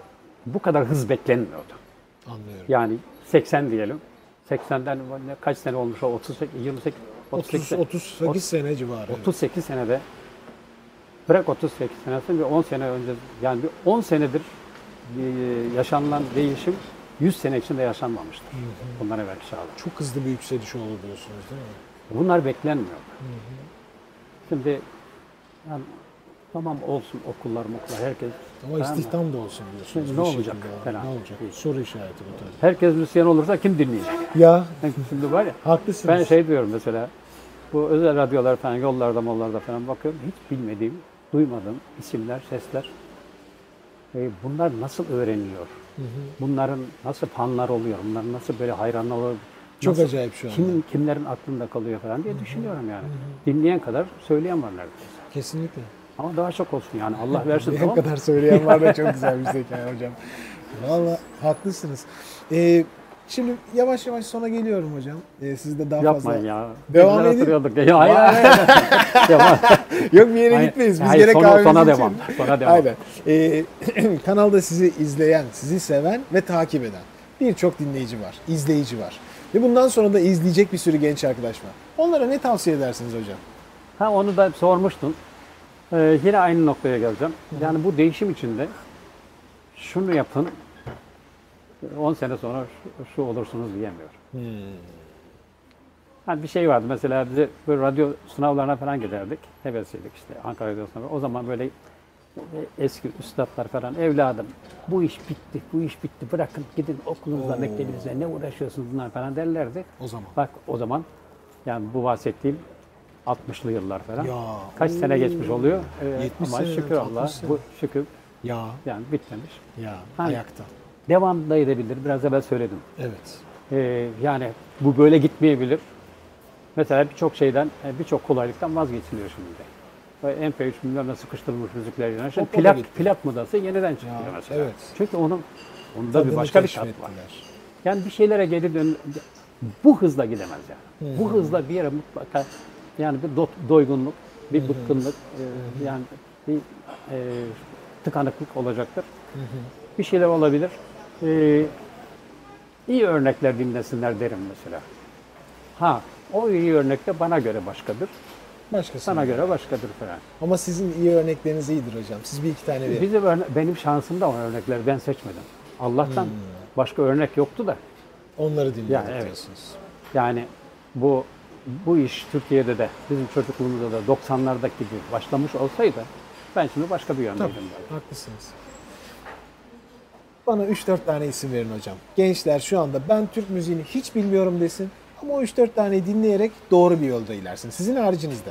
bu kadar hız beklenmiyordu. Anlıyorum. Yani seksen diyelim. seksenden ne- kaç sene olmuş o? otuz sekiz, yirmi sekiz, otuz sekiz, otuz otuz sekiz sene civarı. evet. otuz sekiz senede bırak otuz sekiz senesini bir on sene önce yani bir on senedir e, yaşanılan değişim yüz sene içinde yaşanmamıştır. Hı hı. Bundan evvelki çağda. Çok hızlı bir yükseliş oldu diyorsunuz değil mi? Bunlar beklenmiyor. Hı hı. Şimdi yani tamam olsun okullar okullar herkes Ama tamam mı? istihdam da olsun diyorsunuz. Şimdi bir ne olacak şekilde. falan. Ne olacak? Değil. Soru işareti bu tabii. Herkes Müslüman olursa kim dinleyecek? Ya Şimdi var ya haklısınız. ben şey diyorum mesela bu özel radyolar falan yollarda mollarda falan bakıyorum hiç bilmediğim, duymadığım isimler, sesler. E, bunlar nasıl öğreniliyor? Hı hı. Bunların nasıl fanlar oluyor? Bunların nasıl böyle hayranlar oluyor? Çok Nasıl- acayip şu anda. Kim, kimlerin aklında kalıyor falan diye düşünüyorum yani. Dinleyen kadar söyleyen var neredeyse. Kesinlikle. Ama daha çok olsun yani Allah versin Ne tamam mı? kadar söyleyen var da çok güzel bir zeka hocam. Valla haklısınız. Ee, şimdi yavaş yavaş sona geliyorum hocam. Ee, siz de daha Yapmayın fazla... ya. Devam Güzel edin. hatırlıyorduk. Ya, hayır hayır. hayır. Devam. Yok bir yere Hayır, gitmeyiz. Biz hayır, gene sona- kahvemizi sona içelim. devam, sona devam. Aynen. Ee, kanalda sizi izleyen, sizi seven ve takip eden birçok dinleyici var, izleyici var. Ve bundan sonra da izleyecek bir sürü genç arkadaş var. Onlara ne tavsiye edersiniz hocam? Ha onu da sormuştun. Ee, yine aynı noktaya geleceğim. Yani bu değişim içinde şunu yapın, on sene sonra şu, şu olursunuz diyemiyorum. Hmm. Hani bir şey vardı mesela bize böyle radyo sınavlarına falan giderdik. Hevesliydik işte Ankara Radyo sınavı. O zaman böyle eski üstadlar falan evladım bu iş bitti, bu iş bitti bırakın gidin okulunuza, Oo. mektebinize ne uğraşıyorsunuz bunlar falan derlerdi. O zaman. Bak o zaman yani bu bahsettiğim altmışlı yıllar falan. Ya. Kaç sene geçmiş oluyor? Ee, yetmiş ama sene, şükür altmış Allah sene. bu şükür Ya. yani bitmemiş. Ya. Hani- Ayakta. Devam da edebilir. Biraz evvel söyledim. Evet. Ee, yani bu böyle gitmeyebilir. Mesela birçok şeyden, e, birçok kolaylıktan vazgeçiliyor şimdi. Ve M P üç bilmem ne sıkıştırılmış müzikler yani. Şimdi Hop, o da plak, gitti. plak modası yeniden çıkıyor Ya, mesela. evet. Çünkü onun onda bir Tadını başka bir tat var. keşfettiler. Yani bir şeylere geri dön bu hızla gidemez yani. Hı Bu hı. hızla bir yere mutlaka yani bir do- doygunluk, bir bıkkınlık, e, yani bir e, tıkanıklık olacaktır. Hı hı. Bir şeyler olabilir. Ee, iyi örnekler dinlesinler derim mesela. Ha, o iyi örnek de bana göre başkadır. Başkası. Sana göre başkadır falan. Ama sizin iyi örnekleriniz iyidir hocam. Siz bir iki tane verin. Bizim örne- benim şansımda o örnekleri ben seçmedim. Allah'tan Hmm. başka örnek yoktu da. Onları dinledik Yani evet. diyorsunuz. Yani bu bu iş Türkiye'de de bizim çocukluğumuzda da doksanlardaki gibi başlamış olsaydı ben şimdi başka bir yöndeydim. Tabii, belki. haklısınız. Bana üç dört tane isim verin hocam. Gençler şu anda ben Türk müziğini hiç bilmiyorum desin ama o üç dört taneyi dinleyerek doğru bir yolda ilersin. Sizin haricinizde.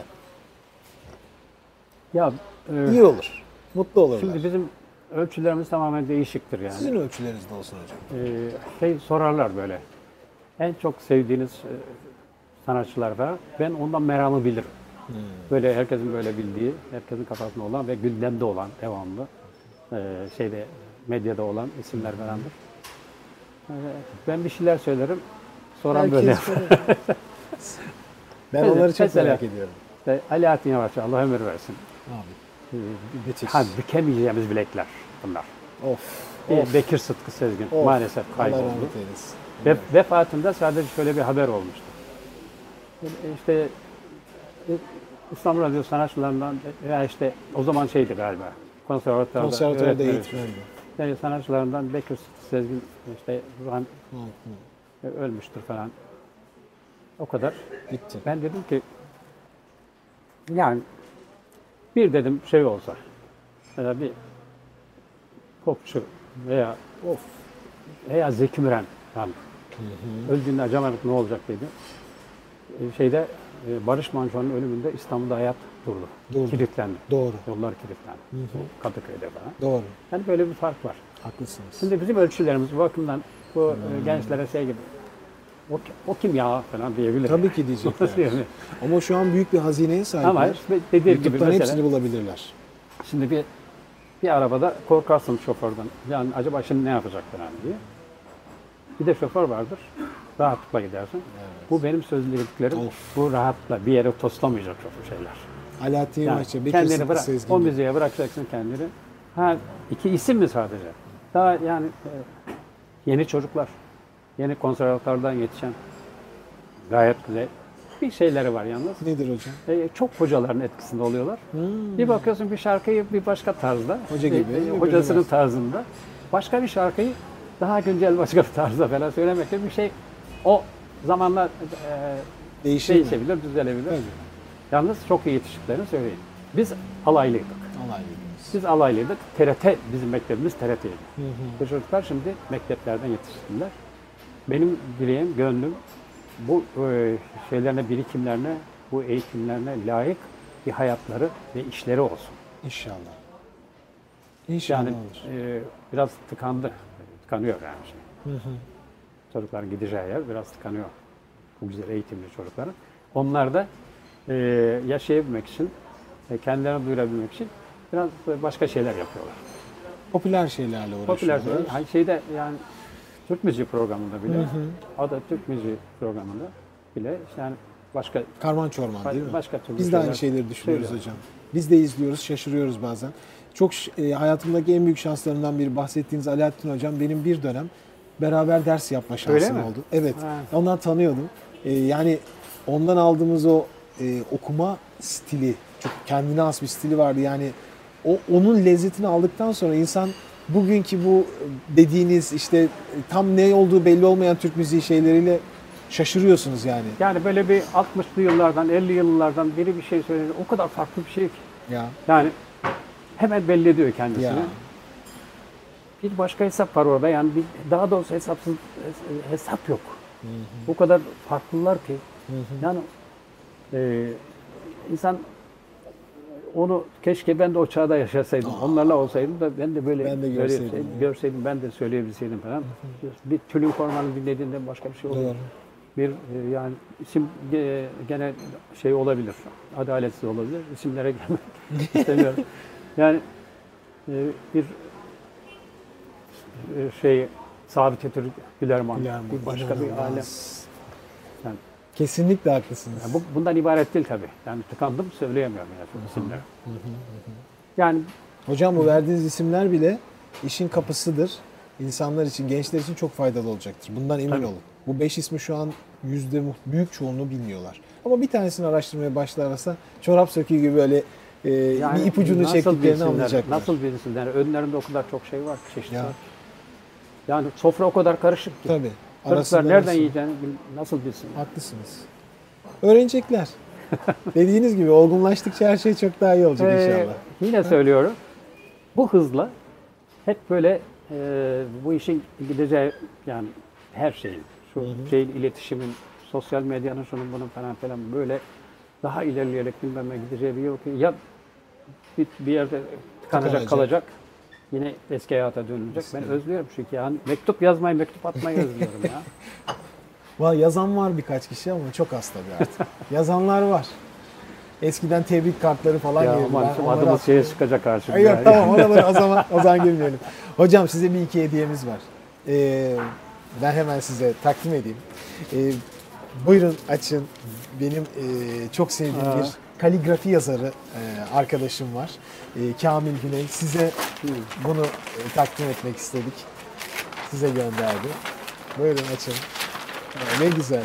Ya e, İyi olur. Mutlu olurlar. şimdi bizim ölçülerimiz tamamen değişiktir yani. Sizin ölçülerinizde olsun hocam. Ee, şey sorarlar böyle. En çok sevdiğiniz e, sanatçılar falan. Ben ondan meramı bilirim. Hmm. Böyle herkesin böyle bildiği, herkesin kafasında olan ve gündemde olan devamlı e, şeyde medyada olan isimler falandır. Ee, ben bir şeyler söylerim. Soran böyle. Herkes böyle. Ben Mesela- onları çok mesela- merak ediyorum. İşte Ali Atın Yavaş, Allah ömür versin. Abi. Ee, Müthiş. ha, bükemeyeceğimiz bilekler bunlar. Of. Bir Of. Bekir Sıtkı Sezgin Of. maalesef Allah kayboldu. rahmet eylesin. Ve vefatında sadece şöyle bir haber olmuştu. İşte e, İstanbul Radyo sanatçılarından veya işte o zaman şeydi galiba konservatuvarda Konservatuvarda öğretmen- eğitmendi. Yani sanatçılarından Bekir Sezgin işte Ruhan Hı hı. e, ölmüştür falan. O kadar. Bitti. Ben dedim ki yani bir dedim şey olsa veya bir popçu veya Of. veya Zeki Müren yani öldüğünde acaba ne olacak dedi. E, Şeyde e, Barış Manço'nun ölümünde İstanbul'da hayat durdu. Durdu. Kilitlendi. Doğru. Yollar kilitlendi. Bu Kadıköy'de falan. Doğru. Yani böyle bir fark var. Haklısınız. Şimdi bizim ölçülerimiz bu bakımdan bu e, gençlere şey gibi o, o kim ya falan diyebilir. Tabii ki diyecekler. Değil mi? Ama şu an büyük bir hazineye sahipler. Ama işte dediğim gibi YouTube'dan mesela hepsini bulabilirler. şimdi bir bir arabada korkarsın şoförden. Yani acaba şimdi ne yapacak falan diye. Bir de şoför vardır. Rahatlıkla gidersin. Bu benim sözlediklerim. Of. Bu rahatla bir yere toslamayacak şoför şeyler. Alaaddin Yani Yavaşça, Bekir kendini Sıtkı bırak. Sezgin. O müziğe bırakacaksın kendini. Ha iki isim mi sadece? Daha yani e, yeni çocuklar, yeni konservatuardan yetişen gayet güzel bir şeyleri var yalnız. Nedir hocam? E, çok hocaların etkisinde oluyorlar. Hmm. Bir bakıyorsun bir şarkıyı bir başka tarzda, Hoca gibi, e, e, bir hocasının bölüm var. tarzında, başka bir şarkıyı daha güncel başka bir tarzda falan söylemekte bir şey. O zamanla e, Değişir mi? değişebilir, düzelebilir. Tabii. Yalnız çok iyi yetiştiklerini söyleyeyim. Biz alaylıydık. Alaylıyız. Biz alaylıydık. T R T, bizim mektebimiz T R T'ydi. Hı hı. Bu çocuklar şimdi mekteplerden yetiştiler. Benim dileğim, gönlüm bu e, şeylerine, birikimlerine, bu eğitimlerine layık bir hayatları ve işleri olsun. İnşallah. İnşallah Yani olur. e, biraz tıkandı. Tıkanıyor yani. Şey. Hı hı. Çocukların gideceği yer biraz tıkanıyor. Bu güzel eğitimli çocukların. Onlar da e, yaşayabilmek için, e, kendilerini duyurabilmek için biraz başka şeyler yapıyorlar. Popüler şeylerle uğraşıyorlar. Popüler şey, hani şeyde yani Türk müziği programında bile, Hı hı. o da Türk müziği programında bile yani başka Karman çorman değil mi? başka türlü Biz de aynı şeyler şeyleri düşünüyoruz söylüyor. hocam. Biz de izliyoruz, şaşırıyoruz bazen. Çok ş- e, hayatımdaki en büyük şanslarımdan biri bahsettiğiniz Alaaddin hocam benim bir dönem beraber ders yapma şansım mi? oldu. Evet. Ha. Ondan tanıyordum. E, yani ondan aldığımız o e, okuma stili, çok kendine has bir stili vardı. Yani o onun lezzetini aldıktan sonra insan bugünkü bu dediğiniz işte e, tam ne olduğu belli olmayan Türk müziği şeyleriyle şaşırıyorsunuz yani. Yani böyle bir altmışlı yıllardan, elli yıllardan biri bir şey söyledi. O kadar farklı bir şey ki. Ya. Yani hemen belli ediyor kendisini. Ya. Bir başka hesap var orada. Yani bir, daha doğrusu hesapsız hesap yok. O kadar farklılar ki. Hı hı. Yani e, insan onu keşke ben de o çağda yaşasaydım. Aa. Onlarla olsaydım da ben de böyle Ben de böyle görseydim, şey- ya. görseydim, ben de söyleyebilseydim falan. Bir Tülin Korman'ı dinlediğinde başka bir şey olur. Doğru. Bir e, yani isim e, gene şey olabilir. Adaletsiz olabilir. İsimlere gelmek istemiyorum. Yani e, bir e, şey Sabit Etür Gülerman, Gülerman, bir başka bir inanılmaz. alem. Yani, Kesinlikle haklısınız. yani bu, bundan ibaret değil tabii. Yani tıkandım söyleyemiyorum yani şu isimleri. Yani Hocam bu verdiğiniz isimler bile işin kapısıdır. İnsanlar için, gençler için çok faydalı olacaktır. Bundan emin Tabii. olun. Bu beş ismi şu an yüzde mu- büyük çoğunluğu bilmiyorlar. Ama bir tanesini araştırmaya başlarsa çorap söküğü gibi böyle e, Yani bir ipucunu nasıl çektiklerini bilsinler, anlayacaklar. Nasıl bilsinler? Önlerinde o kadar çok şey var, çeşit Ya. var. Yani sofra o kadar karışık ki. Tabii. Çocuklar Arasında nereden nasıl- yiyeceğini bil- nasıl bilsinler? Haklısınız. Öğrenecekler. Dediğiniz gibi olgunlaştıkça her şey çok daha iyi olacak Ee, inşallah. Yine söylüyorum. Bu hızla hep böyle e, bu işin gideceği yani her şeyin, şu şeyin iletişimin, sosyal medyanın şunun bunun falan falan böyle daha ilerleyerek bilmem ne gideceği bir yol ki ya bir, bir yerde tıkanacak Tıkanacak. kalacak. Yine eski hayata dönülecek. Ben özlüyorum çünkü yani mektup yazmayı, mektup atmayı özlüyorum ya. Valla yazan var birkaç kişi ama çok az tabii artık. Yazanlar var. Eskiden tebrik kartları falan Ya gelirdi. aman Ben şimdi onları adımız şeye hatırlıyorum. çıkacak karşımıza. Ay yok yani. tamam oraları o zaman, o zaman girmeyelim. Hocam size bir iki hediyemiz var. Ee, ben hemen size takdim edeyim. Ee, buyurun açın. Benim e, çok sevdiğim Aa. bir kaligrafi yazarı e, arkadaşım var. E, Kamil Güney. Size bunu e, takdim etmek istedik. Size gönderdi. Buyurun açın. Ee, ne güzel.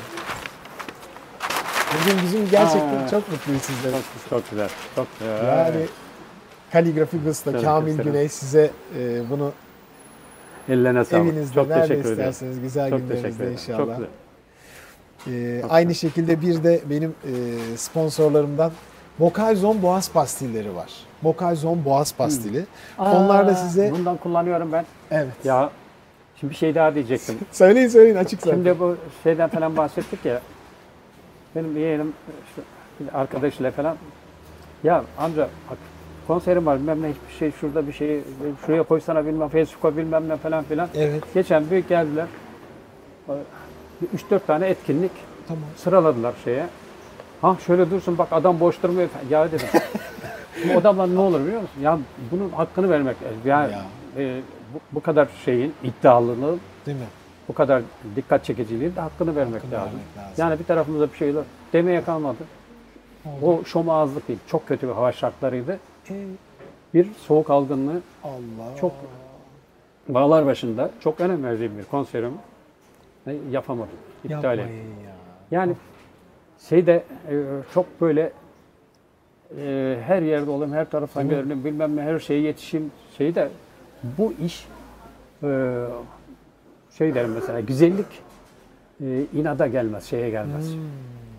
Bugün bizim gerçekten Aa. çok mutluyuz sizlere. Çok, çok güzel. Çok güzel. Yani kaligrafi usta Evet, Kamil kesinlikle. Güney size e, bunu Ellerine sağlık. evinizde Çok nerede teşekkür ederim. isterseniz güzel Çok teşekkür günlerinizde ederim. inşallah. Çok güzel. E, aynı şekilde bir de benim e, sponsorlarımdan Mokaizon Boğaz pastilleri var. Mokaizon Boğaz pastili. Onlar da Aa, size bundan kullanıyorum ben. evet. Ya şimdi bir şey daha diyecektim. Söyleyin söyleyin açık zaten. Şimdi bu şeyden falan bahsettik ya. Benim yeğenim işte bir arkadaşıyla falan. Ya amca bak konserim var bilmem ne hiçbir şey şurada bir şey şuraya koysana bilmem Facebook'a bilmem ne falan filan. Evet. Geçen bir geldiler. üç dört tane etkinlik Tamam. sıraladılar şeye. Ha şöyle dursun bak adam boş durmuyor. Ya dedim. Bu adamlar ne olur biliyor musun? Ya bunun hakkını vermek lazım. Yani Ya. e, bu, bu kadar şeyin iddialılığın, Değil mi? bu kadar dikkat çekiciliğin de hakkını vermek Hakkını lazım. vermek lazım. Yani bir tarafımızda bir şeyler demeye kalmadı. O şomağızlık değil. Çok kötü bir hava şartlarıydı. E, Bir soğuk algınlığı Allah. çok Bağlarbaşı'nda çok önem verdiğim bir konserimi e, yapamadım. İptal Yapmayın ettim. ya. Yani şeyde e, çok böyle e, her yerde olayım, her taraftan Değil mi? görünüm, bilmem ne, her şeye yetişeyim. Şeyi de bu iş e, şey derim mesela, güzellik e, inada gelmez, şeye gelmez. Hmm.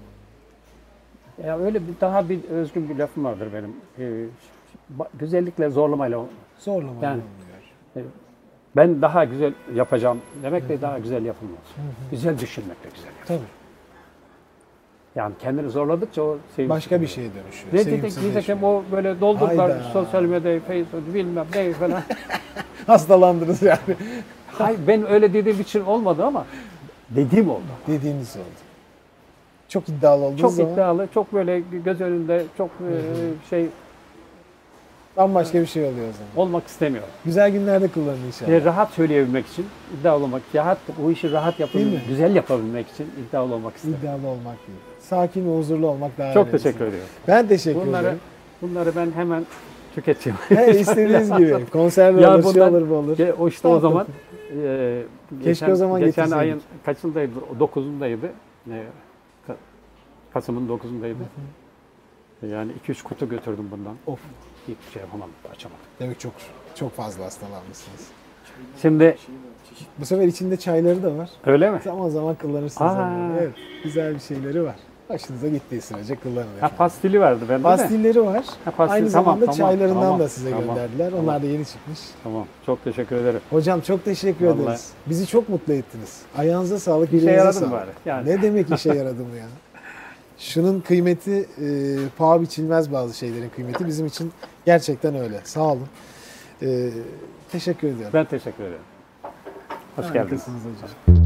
Ya öyle bir daha bir özgün bir lafım vardır benim. E, ba- güzellikle zorlamayla Zorlama Yani- olmuyor. ben daha güzel yapacağım demek de daha güzel yapılmaz. Güzel düşünmek de güzel. Tabii. Yani kendini zorladıkça o sevimsiz Başka bir oluyor. şeye dönüşüyor. Ne dedik sevimsizleşiyor. diyeceğim o böyle doldurdular Hayda. sosyal medyayı, Facebook bilmem ne falan. Hastalandınız yani. Hayır ben öyle dediğim için olmadı ama dediğim oldu. Dediğiniz oldu. Çok iddialı olduğunuz Çok zaman iddialı, çok böyle göz önünde, çok e, şey bambaşka bir şey oluyor o zaman. olmak istemiyorum. Güzel günlerde kullanın inşallah. E, rahat söyleyebilmek için, iddialı olmak, rahat, bu işi rahat Değil yapabilmek, mi? güzel yapabilmek için iddialı olmak istiyorum. İddialı olmak değil. Sakin ve huzurlu olmak daha Çok önemlisi. teşekkür ediyorum. Ben teşekkür Bunları ederim. bunları ben hemen tüketeceğim. He, istediğiniz gibi. Konserve Ya olur, şey bundan- olur, bu olur. Ge- O işte o zaman e, geçen, o zaman geçen getirseydik. ayın kaçındaydı? dokuzundaydı. E, Ka- Kasım'ın dokuzundaydı. Yani iki üç kutu götürdüm bundan. Of. Hiçbir şey yapamadım, açamadım. Demek çok çok fazla hastalanmışsınız. Şimdi Bu sefer içinde çayları da var. öyle mi? Zaman zaman kullanırsınız. Aa. onları. Evet. Güzel bir şeyleri var. Başınıza gittiği sürece kullanın. Ha, efendim. pastili vardı bende de. Pastilleri var. Ha, pastil, Aynı tamam, zamanda tamam, çaylarından tamam, da size tamam, gönderdiler. tamam. Onlar da yeni çıkmış. Tamam. Çok teşekkür ederim. Hocam çok teşekkür Vallahi- ederiz. Bizi çok mutlu ettiniz. Ayağınıza sağlık, İşe yüreğinize yaradı mı sağlık. bari? Yani. Ne demek işe yaradı mı ya? Şunun kıymeti, e, paha biçilmez bazı şeylerin kıymeti. Bizim için gerçekten öyle. Sağ olun. E, teşekkür ediyorum. Ben teşekkür ederim. Hoş geldiniz. Harikasınız hocam.